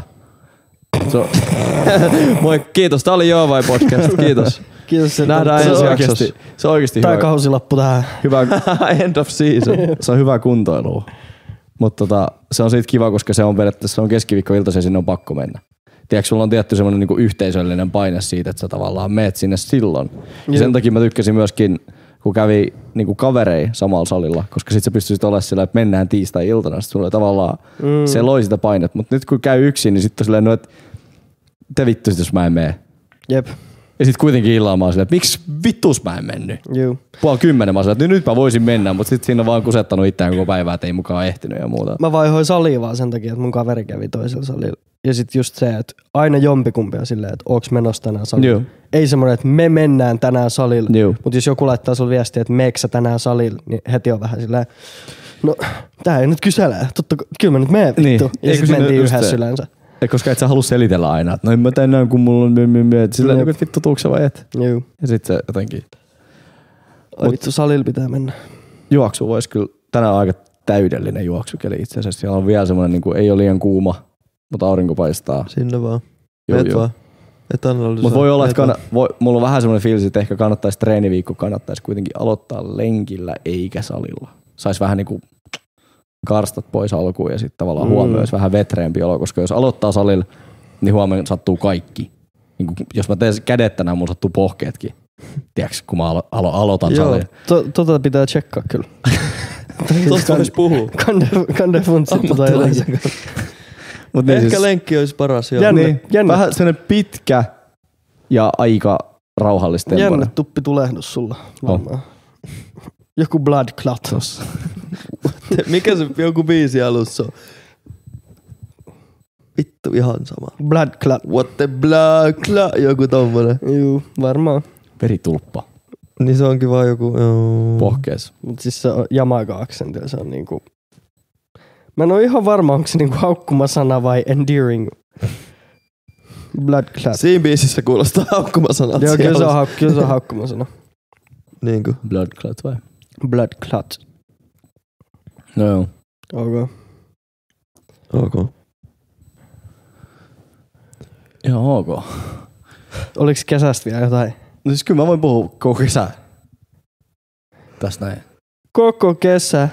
Moi, kiitos. Tää oli Joo vai podcast. Kiitos. Kiitos. Nähdään ensi jaksossa. Se on oikeesti hyvä. Tää kausilappu tähän. Hyvä. End of season. Se on hyvä kuntoilua. Mutta se on siitä kiva, koska se on periaatteessa keskiviikkoiltaisin ja sinne on pakko mennä. Tiedätkö, sulla on tietty semmoinen niinku yhteisöllinen paine siitä, että sä tavallaan meet sinne silloin. Ja sen takia mä tykkäsin myöskin, kun kävi niinku kaverei samalla salilla, koska sit sä pystyisit olemaan sillä, että mennään tiistai-iltana. Sit sulla tavallaan, se loi sitä painet. Mutta nyt kun käy yksin, niin sitten on silleen, no, että te vittuisit, jos mä en mene. Jep. Ja sit kuitenkin illalla mä oon silleen, että miksi vittuus mä en mennyt? Juu. 9:30 mä oon silleen, että nyt mä voisin mennä, mutta sit siinä on vaan kusettanut itseään koko päivää, että ei mukaan ehtinyt ja muuta. Mä vaihoin salia vaan sen takia, että mun kaveri kävi toisella salilla. Ja sit just se, että aina jompikumpi on silleen, että ooks menossa tänään salilla. Ei semmoinen, että me mennään tänään salilla. Mutta jos joku laittaa sulle viestiä, että meekö sä tänään salilla, niin heti on vähän silleen, no tää ei nyt kysele. Kyllä mä nyt mene vittu. Niin. Ja sit mentiin yhdessä yleensä. Koska et sä halua selitellä aina, että no en mä tänään kun mulla on silleen, että vittu tuuks sä vai et. Joo. Ja sit se jotenkin. Vittu salilla pitää mennä. Juoksu vois kyllä, tänään on aika täydellinen juoksukeli itse asiassa. Siellä on vielä semmonen, niin ei ole liian kuuma, mutta aurinko paistaa. Sinne vaan. Meet vaan. Mutta voi olla, että mulla on vähän semmoinen fiilis, että ehkä kannattaisi treeniviikko kuitenkin aloittaa lenkillä eikä salilla. Sais vähän niinku karstat pois alkuun ja sitten tavallaan huomioon olisi vähän vetreämpi olo, koska jos aloittaa salilla, niin huomioon sattuu kaikki. Niin jos mä teen kädet tänään, mun sattuu pohkeetkin. Tiedätkö, kun mä aloitan salilla. Tota pitää tsekkaa kyllä. Tosta vois puhua. Kande funtsit tota jotenkin. Mut ehkä siis, lenkki olisi paras. Jännä. Vähän sellainen pitkä ja aika rauhallista tempoinen. Jännä tuppi tulehdus sulla. Oh. Joku blood clot. Mikä se joku biisi alussa on? Vittu ihan sama. Blood clot. What the blood clot? Joku tommonen. Juu, varmaan. Veritulppa. Niin se onkin vaan joku... Pohkees. Mut siis se on Jamaica-aksentilla, se on niinku... Mä en oo ihan varma, onko se niinku haukkumasana vai endearing. Blood clot. Siinä biisissä kuulostaa haukkumasanat. Joo, kyllä se on haukkumasana. Niinkö? Blood clot vai? Blood clot. No joo. Ok. Ihan ok. Oliks kesästä vielä jotain? No siis kyllä mä voin puhua koko kesä. Tästä näin. Koko kesä.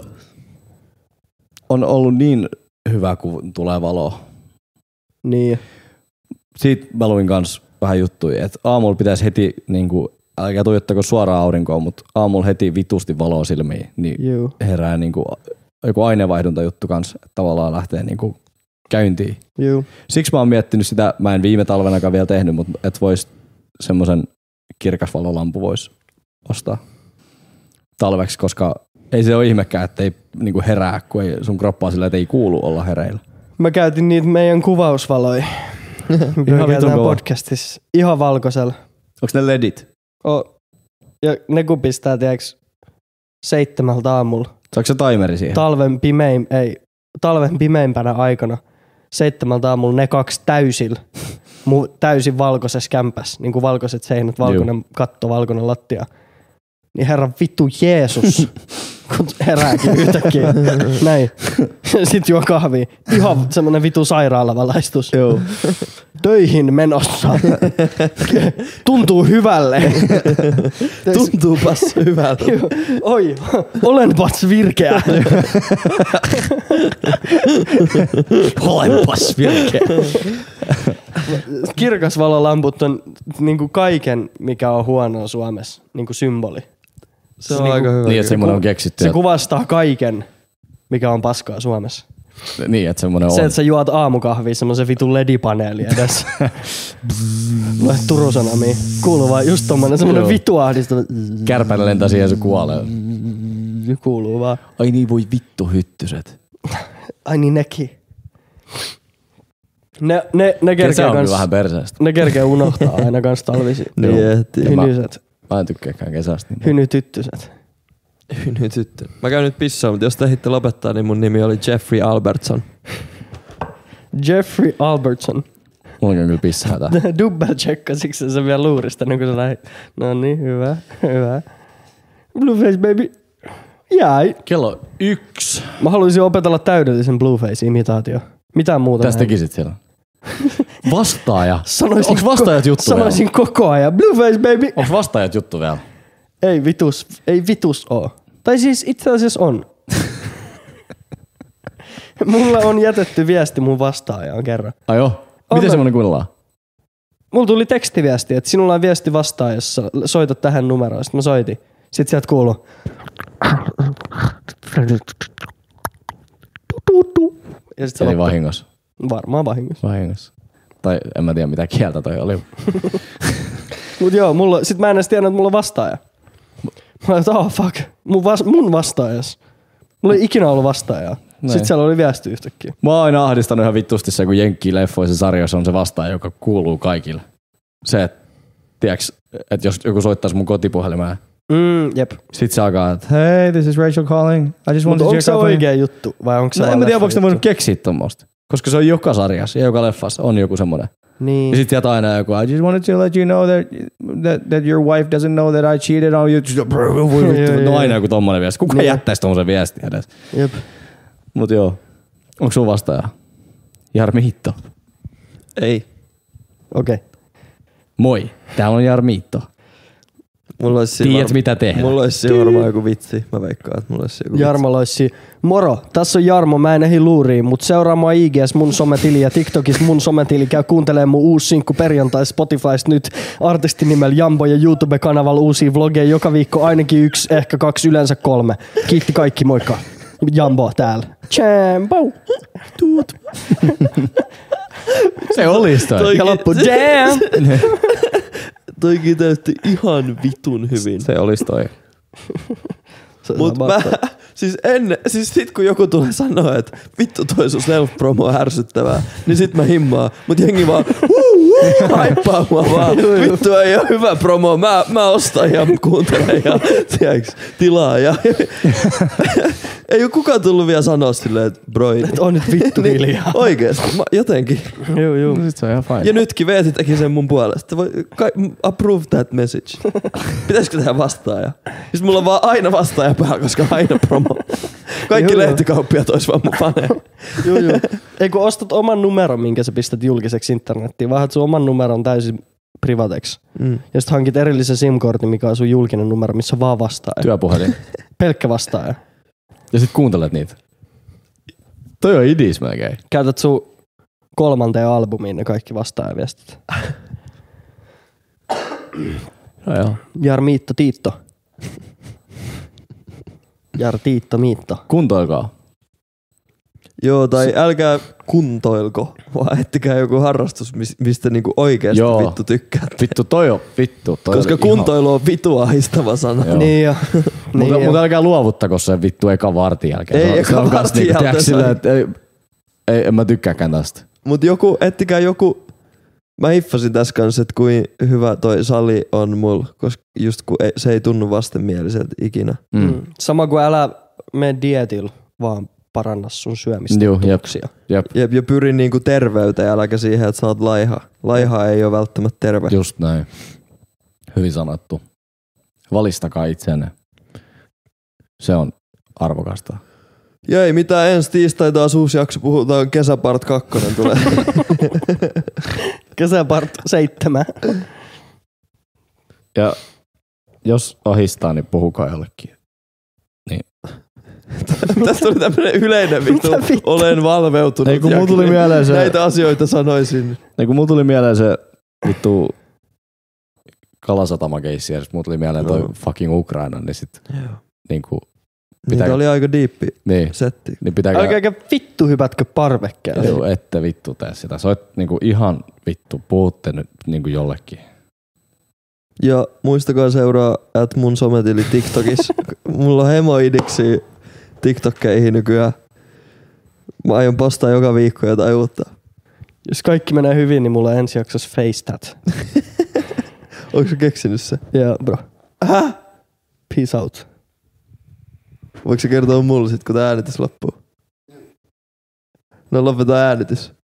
On ollut niin hyvä, kun tulee valoa. Niin. Siitä mä luin kans vähän juttuja, että aamulla pitäisi heti, niinku, älkää tuijottako suoraan aurinkoon, mutta aamulla heti vitusti valoa silmiin, niin herää niinku, joku aineenvaihduntajuttu kans, että tavallaan lähtee niinku käyntiin. Juu. Siksi mä oon miettinyt sitä, mä en viime talvenakaan vielä tehnyt, mutta et vois semmosen kirkasvalolampu vois ostaa talveksi, koska ei se ole ihmekään, että ei niinku herää, kun ei sun kroppaa sillä, että ei kuulu olla hereillä. Mä käytin niitä meidän kuvausvaloja. Ihan vitun podcastissa. Ihan valkoisella. Onks ne ledit? Ja ne kun pistää, tiiäks, 7 aamulla. Saatko se timeri siihen? Talven pimeimpänä aikana. 7 aamulla ne 2 täysin valkoisessa kämpässä. Niinku valkoiset seinät, valkoinen katto, valkoinen lattia. Niin herran vittu Jeesus, kun herääkin yhtäkkiä. Näin. Sitten juo kahvia. Ihan semmonen vittu sairaalavalaistus. Joo. Töihin menossa. Tuntuu hyvälle. Tuntuupas hyvältä. Oi, olenpas virkeä. Olenpas virkeä. Kirkasvalolamput on niinku kaiken, mikä on huonoa Suomessa. Niinku symboli. Se on aika hyvä. Niin, että semmoinen on keksitty. Se kuvastaa kaiken, mikä on paskaa Suomessa. Niin, että semmoinen on. Se, että sä juot aamukahvia semmoisen vitun ledipaneeli edessä. Vai Turun Sanomiin. Kuuluu vaan just tommonen semmonen vitu ahdistava. Kärpäinen lentää siihen ja se kuolee. Kuuluu vaan. Ai niin, voi vittu hyttyset. Ai niin nekin. Ne kerkee kans. Vähän perseestä. Ne kerkee unohtaa aina kans talvisi. Hynyset. Mä en tykkääkään kesästä. Niin Hynytyttyset. Hynytyttö. Mä käyn nyt pissaa, mutta jos te ehditte lopettaa, niin mun nimi oli Jeffrey Albertson. Jeffrey Albertson. Mulla on kyllä pissaa tää. Double-checkasitko sä vielä luurista, niin kun sä lähit? No niin, hyvä. Blueface baby. Jäi. Kello 1. Mä haluaisin opetella täydellisen Blueface-imitaatio. Mitään muuta. Tästä tekisit siellä. Vastaaja. Onks vastaajat juttu vielä? Sanoisin koko ajan. Blueface baby. Onks vastaajat juttu vielä? Ei vitus oo. Tai siis itse asiassa on. Mulla on jätetty viesti mun vastaajaan kerran. Ai joo? Miten semmonen kuunnellaan? Mulla tuli tekstiviesti, että sinulla on viesti vastaajassa. Soita tähän numeroon. Sitten mä soitin. Sitten sieltä kuuluu. Ja sit eli vahingossa. Varmaan vahingossa. Tai en mä tiedä mitä kieltä toi oli. Mut joo, sit mä en edes tiedä, että mulla on vastaaja. Mä olin, fuck, mun vastaajas. Mulla ei ikinä ollut vastaajaa. Sitten siellä oli viesti yhtäkkiä. Mä oon aina ahdistanut ihan vittusti se, kun Jenkki-leffoissa sarjoissa on se vastaaja, joka kuuluu kaikille. Se, että tiiäks, että jos joku soittaisi mun kotipuhelimeen. Jep. Sitten se alkaa, että hey, this is Rachel calling. I just wanted to onko se oikea juttu vai onko se en mä tiedä, voiko ne voinut keksiä tommoista. Koska se on joka sarjassa ja joka leffassa on joku semmoinen. Niin. Ja sit sieltä aina joku, I just wanted to let you know that your wife doesn't know that I cheated on you. No aina joku tommonen viesti. Kuka jättäisi tommosen viestin edes? Jep. Mut joo. Onko sun vastaaja? Jarmi Hitto. Ei. Okei. Moi. Täällä on Jarmi Hitto. Tiedät mitä tehdä. Mulla olisi varmaan joku vitsi. Mä veikkaan, että mulla olisi joku Jarmo loissi. Moro, tässä on Jarmo, mä en ehdi luuriin, mut seuraa mua IGS mun sometili ja TikTokis mun sometili. Käy kuuntelemaan mun uusi sinkku perjantai Spotifysta nyt artistin nimellä Jambo ja YouTube-kanavalla uusia vlogeja joka viikko ainakin 1, ehkä 2, yleensä 3. Kiitti kaikki, moikka. Jambo täällä. Chambo. Tuut. Se olisi toi. Ja loppu damn. Toikin täytti ihan vitun hyvin. Se olisi toi. Mut sit kun joku tulee sanoa, että vittu toi sun self-promo on ärsyttävää, niin sit mä himmaan. Mut jengi vaan haippaa mua vaan. Vittu ei oo hyvä promo. Mä ostan ja kuuntelen ja tilaa. Ja ei oo kukaan tullut vielä sanoa silleen, että broi. Et on nyt vittu hiljaa. Oikeesti. Jotenkin. Joo. No sit se on ihan fine. Ja nytkin Veeti teki sen mun puolesta. Approve that message. Pitäisikö tehdä vastaaja? Siis mulla on vaan aina vastaaja päällä, koska aina promo. Kaikki lehtikauppiat ois vaan mun faneja. Joo. Ei kun ostat oman numeron, minkä sä pistät julkiseksi internettiin, vaan sun oman numeron täysin privateksi. Ja sit hankit erillisen SIM-kortin, mikä on sun julkinen numero, missä on vaan vastaaja. Työpuhelin. Pelkkä vastaaja. Ja sit kuuntelet niitä. Toi on idis melkein. Käytät sun 3. albumiin ne kaikki vastaajaviestit. No joo. Jar Miitto Tiitto. Jar Tiitto Miitto. Kuntoilkaa. Joo, tai älkää kuntoilko, vaan ettikää joku harrastus, mistä niinku oikeesti vittu tykkäät. Vittu, toi on vittu. Koska kuntoilu on vitu ahistava sana. Joo. Niin jo. Mutta älkää luovuttako se vittu eka vartin jälkeen. Ei eka vartin jälkeen. Ei, en mä tykkääkään tästä. Mut ettikää joku. Mä hiffasin tässä kanssa, että kuin hyvä toi sali on mulla, koska just kun se ei tunnu vastenmieliseltä ikinä. Sama kuin älä mene dietillä, vaan paranna sun syömistä. Jep. Ja pyri niinku terveyteen, äläkä siihen, että sä oot laiha. Laiha ei ole välttämättä terve. Just näin. Hyvin sanottu. Valistakaa itseänne. Se on arvokasta. Ja ei mitään, ensi tiistai taas uusi jakso, puhutaan Kesäpart 2 tulee. Kesäpart 7. Ja jos ahistaa, niin puhukaa jollekin. Niin. Tästä tuli tämmönen yleinen vittu. Olen valveutunut. Ei kun mulla tuli mieleen se. Näitä asioita sanoisin. Ei kun mulla tuli mieleen se vittu Kalasatama-keissi ja sit mulla tuli mieleen toi fucking Ukraina, niin sit niinku. Niitä oli aika diippi setti. Niin pitääkö. Älkääkä vittu hypätkö parvekkeelle. Joo, ette vittu tee sitä. Se on niinku ihan vittu, puhutte nyt niinku jollekin. Ja muistakaa seuraa mun sometili TikTokissa. Mulla on hemoidiksi TikTokkeihin nykyään. Mä aion postaa joka viikko jotain uutta. Jos kaikki menee hyvin, niin mulla on ensi jaksossa FaceTat. Onko sä keksinyt se? Joo, bro. Peace out. Voiko sä kertoa mulle sit, kun tää äänitys loppuu? No lopetaan äänitys.